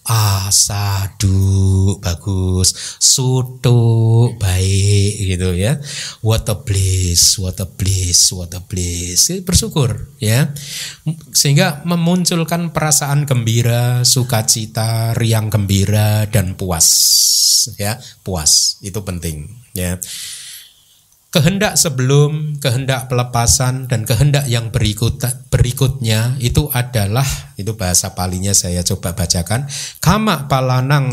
Sadu bagus, sutu baik gitu ya. What a bliss, what a bliss, what a bliss. Bersyukur, ya. Sehingga memunculkan perasaan gembira, sukacita, riang gembira dan puas, ya. Puas itu penting, ya. Kehendak sebelum, kehendak pelepasan, dan kehendak yang berikutnya itu adalah, itu bahasa palinya saya coba bacakan, kama palanang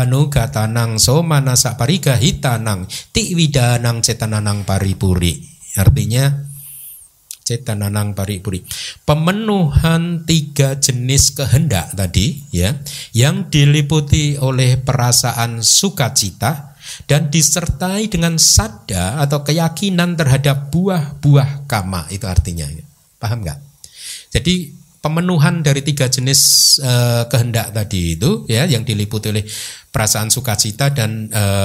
saddanugatanang somanasa parigahitanang tiwidanang cetananang paripuri. Artinya cetananang paripuri, pemenuhan 3 jenis kehendak tadi ya, yang diliputi oleh perasaan sukacita dan disertai dengan sadda atau keyakinan terhadap buah-buah kama. Itu artinya, paham nggak? Jadi pemenuhan dari 3 jenis kehendak tadi itu ya, yang diliputi oleh perasaan sukacita dan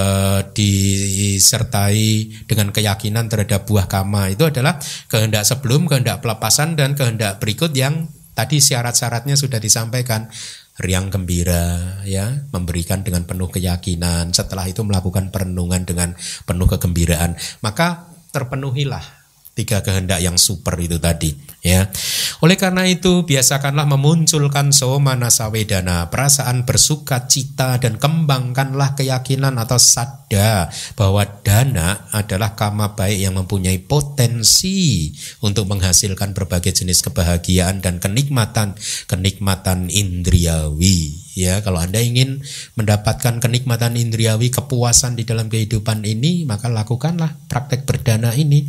disertai dengan keyakinan terhadap buah kama, itu adalah kehendak sebelum, kehendak pelepasan, dan kehendak berikut yang tadi syarat-syaratnya sudah disampaikan. Riang gembira ya, memberikan dengan penuh keyakinan, setelah itu melakukan perenungan dengan penuh kegembiraan, maka terpenuhilah 3 kehendak yang super itu tadi ya. Oleh karena itu biasakanlah memunculkan somanasa wedana, perasaan bersukacita, dan kembangkanlah keyakinan atau sadda bahwa dana adalah kama baik yang mempunyai potensi untuk menghasilkan berbagai jenis kebahagiaan dan kenikmatan indriawi ya. Kalau Anda ingin mendapatkan kenikmatan indriawi, kepuasan di dalam kehidupan ini, maka lakukanlah praktek berdana ini.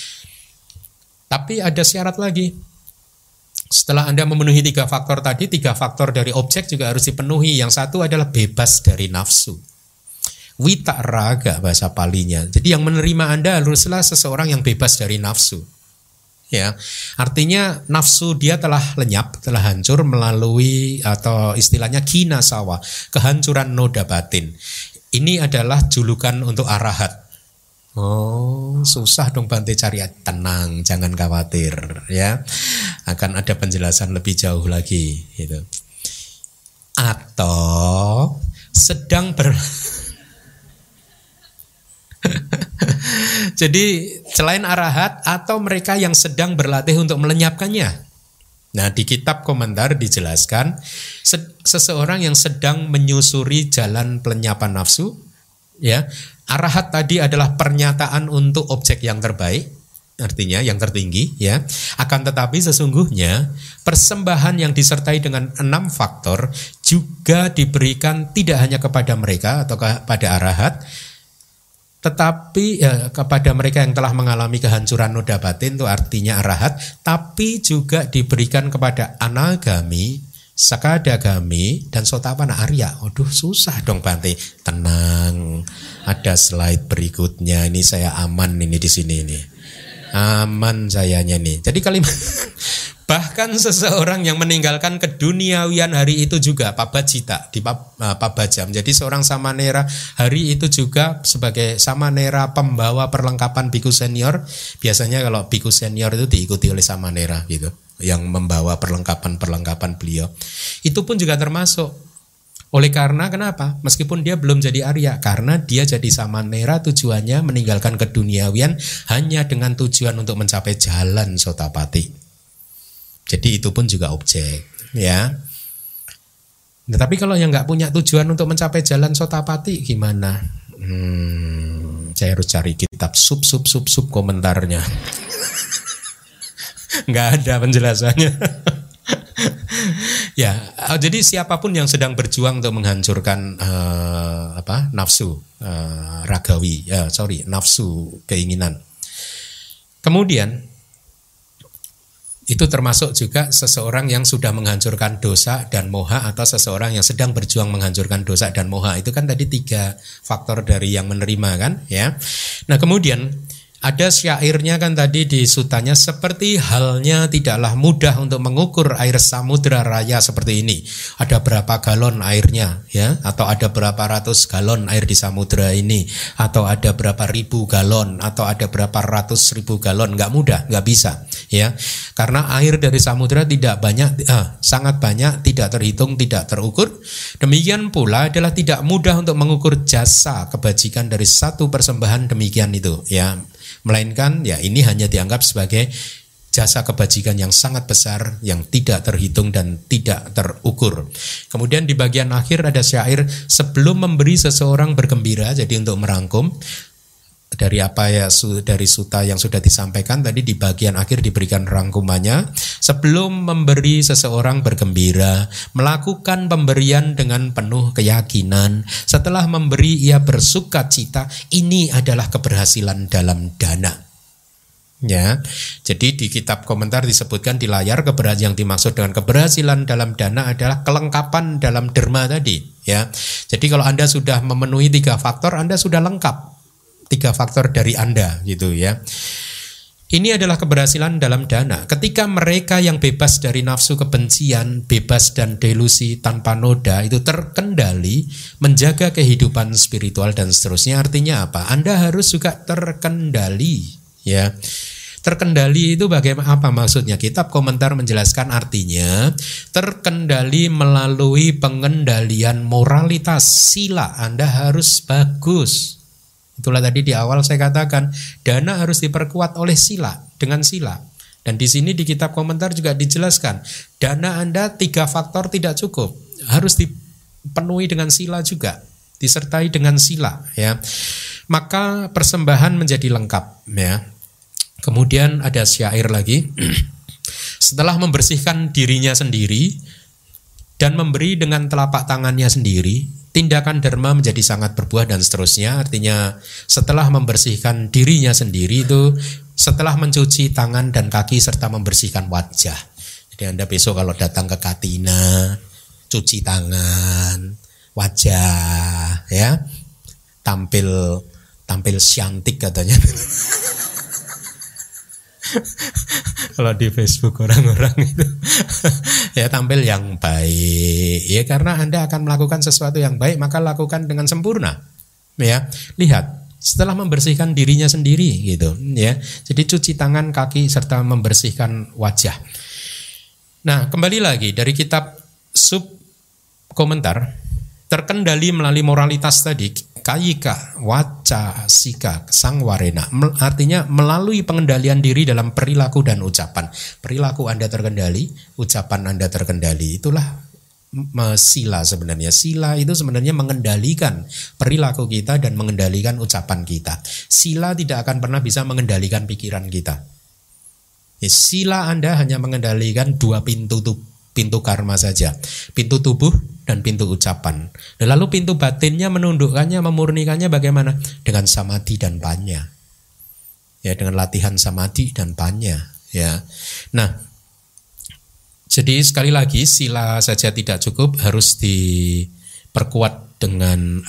Tapi ada syarat lagi. Setelah Anda memenuhi 3 faktor tadi, 3 faktor dari objek juga harus dipenuhi. Yang satu adalah bebas dari nafsu. Witaraga bahasa Palinya. Jadi yang menerima Anda haruslah seseorang yang bebas dari nafsu. Ya, artinya nafsu dia telah lenyap, telah hancur melalui atau istilahnya kinasawa, kehancuran noda batin. Ini adalah julukan untuk arahat. Oh, susah dong Bante cari. Tenang, jangan khawatir ya. Akan ada penjelasan lebih jauh lagi gitu. Atau sedang jadi selain arahat atau mereka yang sedang berlatih untuk melenyapkannya. Nah, di kitab komentar dijelaskan seseorang yang sedang menyusuri jalan pelenyapan nafsu ya. Arahat tadi adalah pernyataan untuk objek yang terbaik, artinya yang tertinggi ya. Akan tetapi sesungguhnya persembahan yang disertai dengan 6 faktor juga diberikan tidak hanya kepada mereka atau kepada arahat, tetapi kepada mereka yang telah mengalami kehancuran noda batin, itu artinya arahat, tapi juga diberikan kepada anagami, sakadagami, dan sotapana Arya. Waduh, susah dong Bante. Tenang, ada slide berikutnya. Ini saya aman ini di sini ini. Aman sayanya nih. Jadi kalimat bahkan seseorang yang meninggalkan keduniawian hari itu juga pabajita di pabajam. Jadi seorang samanera hari itu juga sebagai samanera pembawa perlengkapan biku senior. Biasanya kalau biku senior itu diikuti oleh samanera gitu, yang membawa perlengkapan beliau. Itu pun juga termasuk. Oleh karena kenapa? Meskipun dia belum jadi Arya, karena dia jadi samanera tujuannya meninggalkan keduniawian hanya dengan tujuan untuk mencapai jalan sotapati. Jadi itu pun juga objek, ya. Nah, tapi kalau yang nggak punya tujuan untuk mencapai jalan sotapati gimana? Saya harus cari kitab sub komentarnya. Nggak ada penjelasannya. Ya, jadi siapapun yang sedang berjuang untuk menghancurkan nafsu ragawi, nafsu keinginan. Kemudian itu termasuk juga seseorang yang sudah menghancurkan dosa dan moha, atau seseorang yang sedang berjuang menghancurkan dosa dan moha. Itu kan tadi 3 faktor dari yang menerima kan, ya. Nah, kemudian ada syairnya kan tadi di sutanya, seperti halnya tidaklah mudah untuk mengukur air samudra raya seperti ini. Ada berapa galon airnya ya, atau ada berapa ratus galon air di samudra ini, atau ada berapa ribu galon, atau ada berapa ratus ribu galon. Nggak mudah, nggak bisa ya. Karena air dari samudra tidak banyak, sangat banyak, tidak terhitung, tidak terukur. Demikian pula adalah tidak mudah untuk mengukur jasa kebajikan dari satu persembahan demikian itu ya. Melainkan ya ini hanya dianggap sebagai jasa kebajikan yang sangat besar, yang tidak terhitung dan tidak terukur. Kemudian di bagian akhir ada syair, sebelum memberi seseorang bergembira. Jadi untuk merangkum dari apa ya, dari suta yang sudah disampaikan tadi, di bagian akhir diberikan rangkumannya. Sebelum memberi seseorang bergembira, melakukan pemberian dengan penuh keyakinan. Setelah memberi ia bersuka cita. Ini adalah keberhasilan dalam dana. Ya, jadi di kitab komentar disebutkan di layar yang dimaksud dengan keberhasilan dalam dana adalah kelengkapan dalam derma tadi. Ya, jadi kalau Anda sudah memenuhi 3 faktor, Anda sudah lengkap 3 faktor dari Anda, gitu ya. Ini adalah keberhasilan dalam dana. Ketika mereka yang bebas dari nafsu kebencian, bebas dan delusi tanpa noda itu terkendali, menjaga kehidupan spiritual dan seterusnya. Artinya apa? Anda harus juga terkendali. Ya, terkendali itu bagaimana, apa maksudnya? Kitab komentar menjelaskan artinya terkendali melalui pengendalian moralitas sila. Anda harus bagus. Itulah tadi di awal saya katakan dana harus diperkuat oleh sila, dengan sila. Dan di sini di kitab komentar juga dijelaskan dana Anda 3 faktor tidak cukup, harus dipenuhi dengan sila juga, disertai dengan sila. Ya, maka persembahan menjadi lengkap. Ya. Kemudian ada syair lagi. Setelah membersihkan dirinya sendiri dan memberi dengan telapak tangannya sendiri, tindakan derma menjadi sangat berbuah dan seterusnya. Artinya setelah membersihkan dirinya sendiri itu setelah mencuci tangan dan kaki serta membersihkan wajah. Jadi Anda besok kalau datang ke Katina, cuci tangan, wajah, ya, tampil cantik katanya. Kalau di Facebook orang-orang itu ya tampil yang baik. Ya karena Anda akan melakukan sesuatu yang baik, maka lakukan dengan sempurna. Ya, lihat setelah membersihkan dirinya sendiri gitu, ya. Jadi cuci tangan, kaki serta membersihkan wajah. Nah, kembali lagi dari kitab sub komentar, terkendali melalui moralitas tadi. Kayika, waca, sika, sangwarena. Artinya melalui pengendalian diri dalam perilaku dan ucapan. Perilaku Anda terkendali, ucapan Anda terkendali. Itulah sila sebenarnya. Sila itu sebenarnya mengendalikan perilaku kita dan mengendalikan ucapan kita. Sila tidak akan pernah bisa mengendalikan pikiran kita. Sila Anda hanya mengendalikan 2 pintu karma saja, pintu tubuh dan pintu ucapan. Lalu pintu batinnya menundukkannya, memurnikannya bagaimana? Dengan samadhi dan panya. Ya, dengan latihan samadhi dan panya. Ya, nah, jadi sekali lagi sila saja tidak cukup, harus diperkuat dengan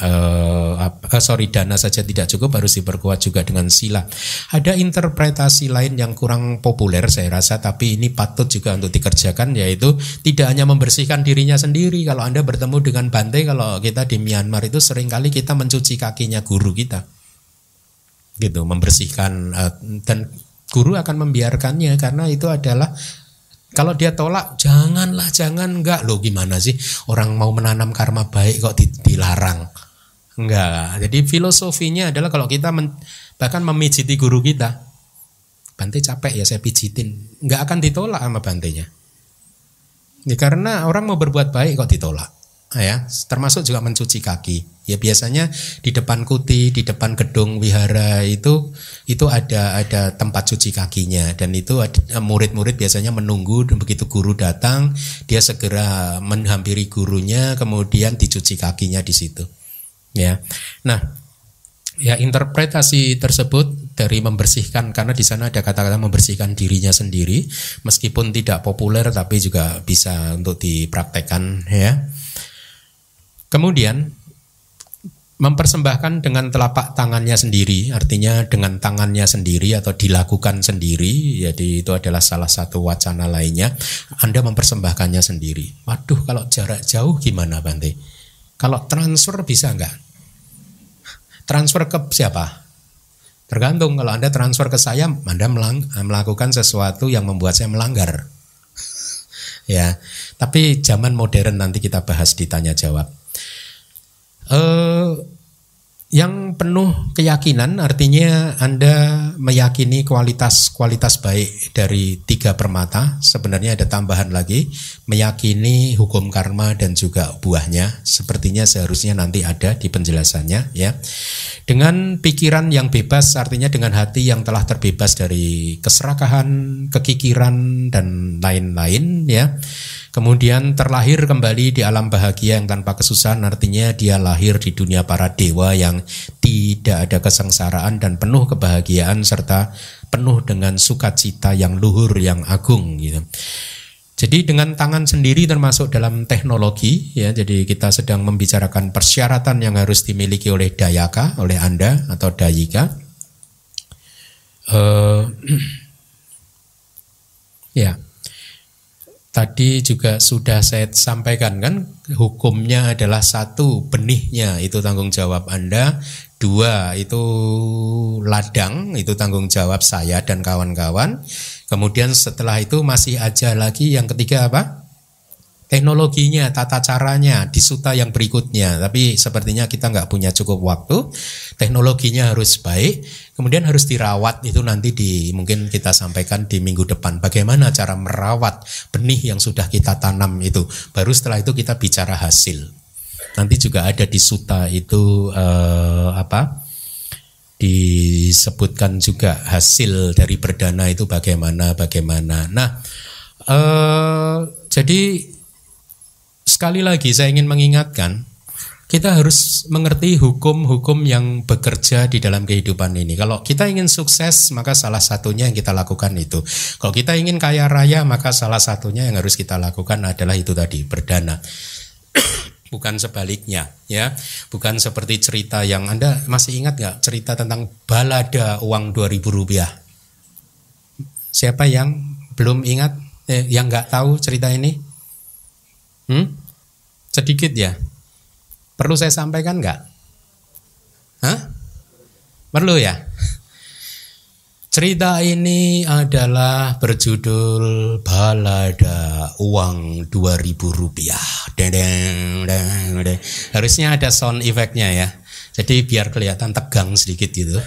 dana saja tidak cukup, harus diperkuat juga dengan sila. Ada interpretasi lain yang kurang populer saya rasa, tapi ini patut juga untuk dikerjakan, yaitu tidak hanya membersihkan dirinya sendiri. Kalau Anda bertemu dengan Bante, kalau kita di Myanmar itu seringkali kita mencuci kakinya guru kita, gitu, membersihkan, dan guru akan membiarkannya karena itu adalah, kalau dia tolak, jangan, enggak. Loh gimana sih orang mau menanam karma baik kok dilarang? Enggak. Jadi filosofinya adalah kalau kita bahkan memijiti guru kita, Bante capek ya saya pijitin, enggak akan ditolak sama Bantenya. Ya, karena orang mau berbuat baik kok ditolak. Ya, termasuk juga mencuci kaki. Ya biasanya di depan kuti, di depan gedung wihara itu ada tempat cuci kakinya, dan itu murid-murid biasanya menunggu, dan begitu guru datang dia segera menghampiri gurunya, kemudian dicuci kakinya di situ. Ya. Nah, ya interpretasi tersebut dari membersihkan, karena di sana ada kata-kata membersihkan dirinya sendiri, meskipun tidak populer tapi juga bisa untuk dipraktekkan, ya. Kemudian mempersembahkan dengan telapak tangannya sendiri, artinya dengan tangannya sendiri atau dilakukan sendiri. Jadi itu adalah salah satu wacana lainnya. Anda mempersembahkannya sendiri. Waduh, kalau jarak jauh gimana Bante? Kalau transfer bisa enggak? Transfer ke siapa? Tergantung. Kalau Anda transfer ke saya, Anda melakukan sesuatu yang membuat saya melanggar. Ya, tapi zaman modern nanti kita bahas di tanya jawab. Yang penuh keyakinan artinya Anda meyakini kualitas baik dari 3 permata. Sebenarnya ada tambahan lagi, meyakini hukum karma dan juga buahnya. Sepertinya seharusnya nanti ada di penjelasannya, ya. Dengan pikiran yang bebas, artinya dengan hati yang telah terbebas dari keserakahan, kekikiran dan lain-lain, ya. Kemudian terlahir kembali di alam bahagia yang tanpa kesusahan, artinya dia lahir di dunia para dewa yang tidak ada kesengsaraan dan penuh kebahagiaan serta penuh dengan sukacita yang luhur, yang agung gitu. Jadi dengan tangan sendiri termasuk dalam teknologi ya, jadi kita sedang membicarakan persyaratan yang harus dimiliki oleh dayaka, oleh Anda atau dayika. Ya. Tadi juga sudah saya sampaikan kan, hukumnya adalah 1, benihnya itu tanggung jawab Anda, 2 itu ladang, itu tanggung jawab saya dan kawan-kawan. Kemudian setelah itu masih aja lagi yang ketiga apa? Teknologinya, tata caranya, di suta yang berikutnya. Tapi sepertinya kita nggak punya cukup waktu. Teknologinya harus baik, kemudian harus dirawat. Itu nanti mungkin kita sampaikan di minggu depan. Bagaimana cara merawat benih yang sudah kita tanam itu. Baru setelah itu kita bicara hasil. Nanti juga ada di suta itu disebutkan juga hasil dari berdana itu bagaimana. Nah, jadi sekali lagi saya ingin mengingatkan, kita harus mengerti hukum-hukum yang bekerja di dalam kehidupan ini. Kalau kita ingin sukses, maka salah satunya yang kita lakukan itu. Kalau kita ingin kaya raya, maka salah satunya yang harus kita lakukan adalah itu tadi, berdana. Bukan sebaliknya, ya. Bukan seperti cerita yang Anda masih ingat nggak cerita tentang balada uang 2.000 rupiah? Siapa yang belum ingat, yang nggak tahu cerita ini? Sedikit ya. Perlu saya sampaikan nggak? Perlu ya. Cerita ini adalah berjudul Balada Uang 2.000 rupiah. Harusnya ada sound effect-nya ya. Jadi biar kelihatan tegang sedikit gitu.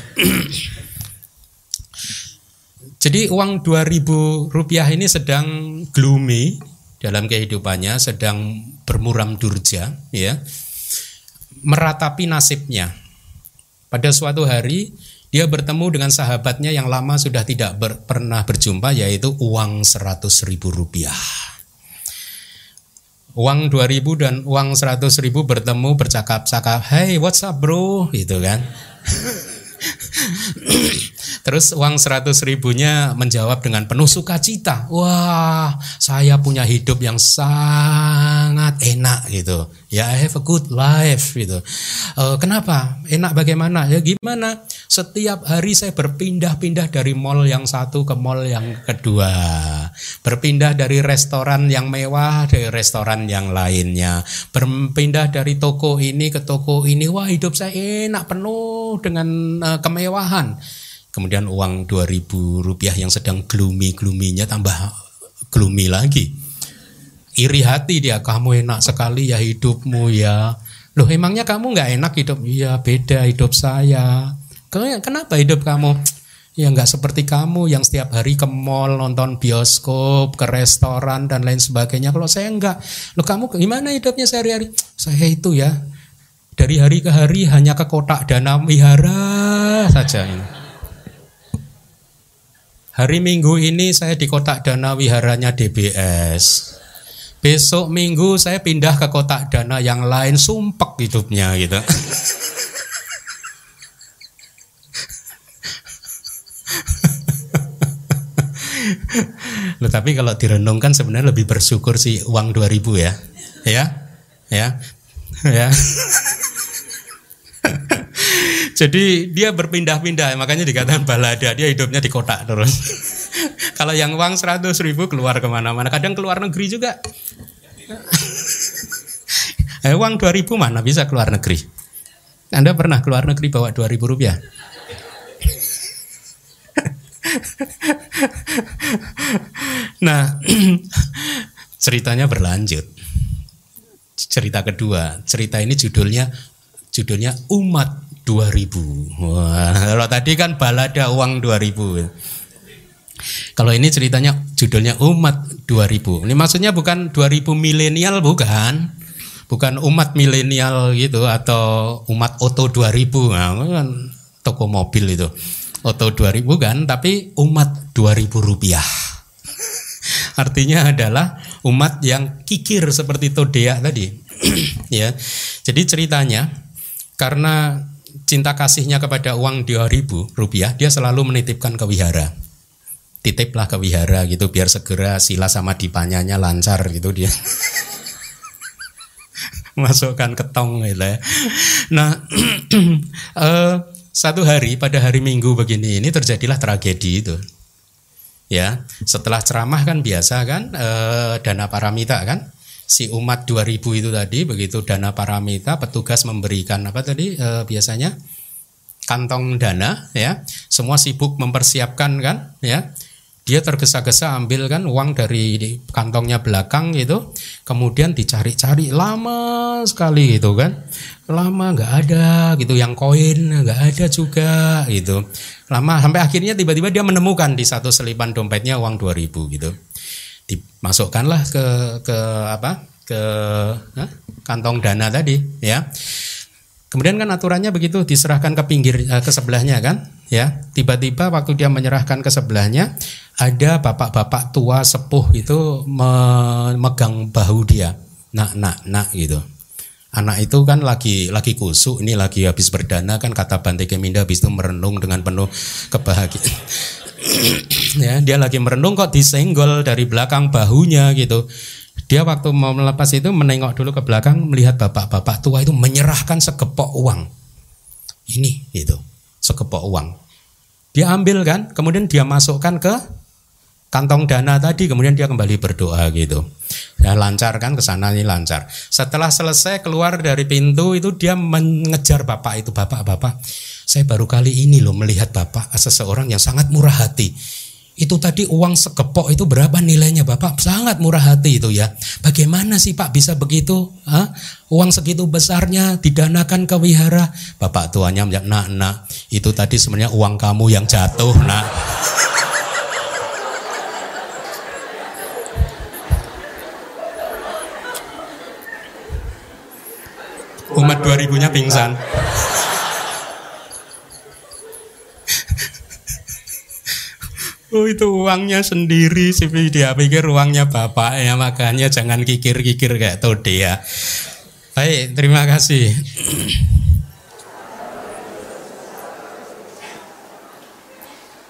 Jadi uang 2.000 rupiah ini sedang gloomy dalam kehidupannya, sedang bermuram durja, ya, meratapi nasibnya. Pada suatu hari dia bertemu dengan sahabatnya yang lama sudah tidak pernah berjumpa, yaitu uang 100.000 rupiah. Uang 2.000 dan uang 100.000 bertemu bercakap-cakap, hey what's up bro, gitu kan. Terus uang 100.000-nya menjawab dengan penuh sukacita, wah saya punya hidup yang sangat enak gitu, ya I have a good life gitu. Kenapa? Enak bagaimana? Ya gimana? Setiap hari saya berpindah-pindah dari mall yang satu ke mall yang kedua, berpindah dari restoran yang mewah dari restoran yang lainnya, berpindah dari toko ini ke toko ini, wah hidup saya enak penuh dengan kemewahan. Kemudian uang 2.000 rupiah yang sedang gloomy-gloomy-nya tambah gloomy lagi. Iri hati dia, kamu enak sekali ya hidupmu ya. Loh emangnya kamu gak enak hidup? Iya beda hidup saya. Kenapa hidup kamu? Ya gak seperti kamu yang setiap hari ke mall, nonton bioskop, ke restoran dan lain sebagainya. Kalau saya enggak. Loh kamu gimana hidupnya sehari-hari? Saya itu ya, dari hari ke hari hanya ke kotak dana wihara saja ini. Hari Minggu ini saya di kotak dana wiharanya DBS. Besok Minggu saya pindah ke kotak dana yang lain, sumpek hidupnya gitu. Loh, tapi kalau direnungkan sebenarnya lebih bersyukur sih uang 2.000 ya. Ya. Jadi dia berpindah-pindah, makanya dikatakan balada, dia hidupnya di kotak terus. Kalau yang uang 100.000 keluar kemana-mana, kadang keluar negeri juga. Uang 2.000 mana bisa keluar negeri? Anda pernah keluar negeri bawa 2.000 rupiah? Nah, ceritanya berlanjut. Cerita kedua, cerita ini judulnya Umat 2.000. Wah, kalau tadi kan balada uang 2.000. Kalau ini ceritanya judulnya Umat 2.000. Ini maksudnya bukan 2.000 milenial, bukan umat milenial gitu atau umat Oto 2.000. Nah, kan toko mobil itu. Oto 2.000 kan, tapi umat 2.000 rupiah. Artinya adalah umat yang kikir seperti Todea tadi. Ya. Jadi ceritanya karena cinta kasihnya kepada uang 2.000 rupiah, dia selalu menitipkan ke wihara. Titiplah ke wihara gitu biar segera sila sama dipanyanya lancar gitu dia. Masukkan ke tong gitu ya. Nah, satu hari pada hari Minggu begini ini terjadilah tragedi itu. Ya, setelah ceramah kan biasa kan dana paramita kan. Si umat 2.000 itu tadi begitu dana paramita, petugas memberikan apa tadi biasanya kantong dana ya. Semua sibuk mempersiapkan kan ya. Dia tergesa-gesa ambil kan uang dari kantongnya belakang gitu, kemudian dicari-cari lama sekali gitu kan, lama nggak ada gitu, yang koin nggak ada juga gitu, lama sampai akhirnya tiba-tiba dia menemukan di satu selipan dompetnya uang 2.000 gitu, dimasukkanlah ke kantong dana tadi ya. Kemudian kan aturannya begitu diserahkan ke pinggir ke sebelahnya kan ya. Tiba-tiba waktu dia menyerahkan ke sebelahnya ada bapak-bapak tua sepuh itu memegang bahu dia. Nak gitu. Anak itu kan lagi kusuk, ini lagi habis berdana kan kata Bante Keminda, habis itu merenung dengan penuh kebahagiaan. Ya, dia lagi merenung kok disenggol dari belakang bahunya gitu. Dia waktu mau melepas itu menengok dulu ke belakang, melihat bapak-bapak tua itu menyerahkan segepok uang. Ini gitu, segepok uang. Dia ambil kan, kemudian dia masukkan ke kantong dana tadi, kemudian dia kembali berdoa gitu. Ya, lancar kan ke sana ini lancar. Setelah selesai keluar dari pintu itu dia mengejar bapak itu, bapak, saya baru kali ini loh melihat bapak seseorang yang sangat murah hati. Itu tadi uang segepok itu berapa nilainya Bapak? Sangat murah hati itu ya. Bagaimana sih Pak bisa begitu? Uang segitu besarnya didanakan ke wihara. Bapak tuanya menjawab, nak, itu tadi sebenarnya uang kamu yang jatuh, nak. Umat 2.000-nya pingsan. Oh itu uangnya sendiri sih, dia pikir uangnya bapaknya, makanya jangan kikir-kikir kayak tode ya. Baik, terima kasih.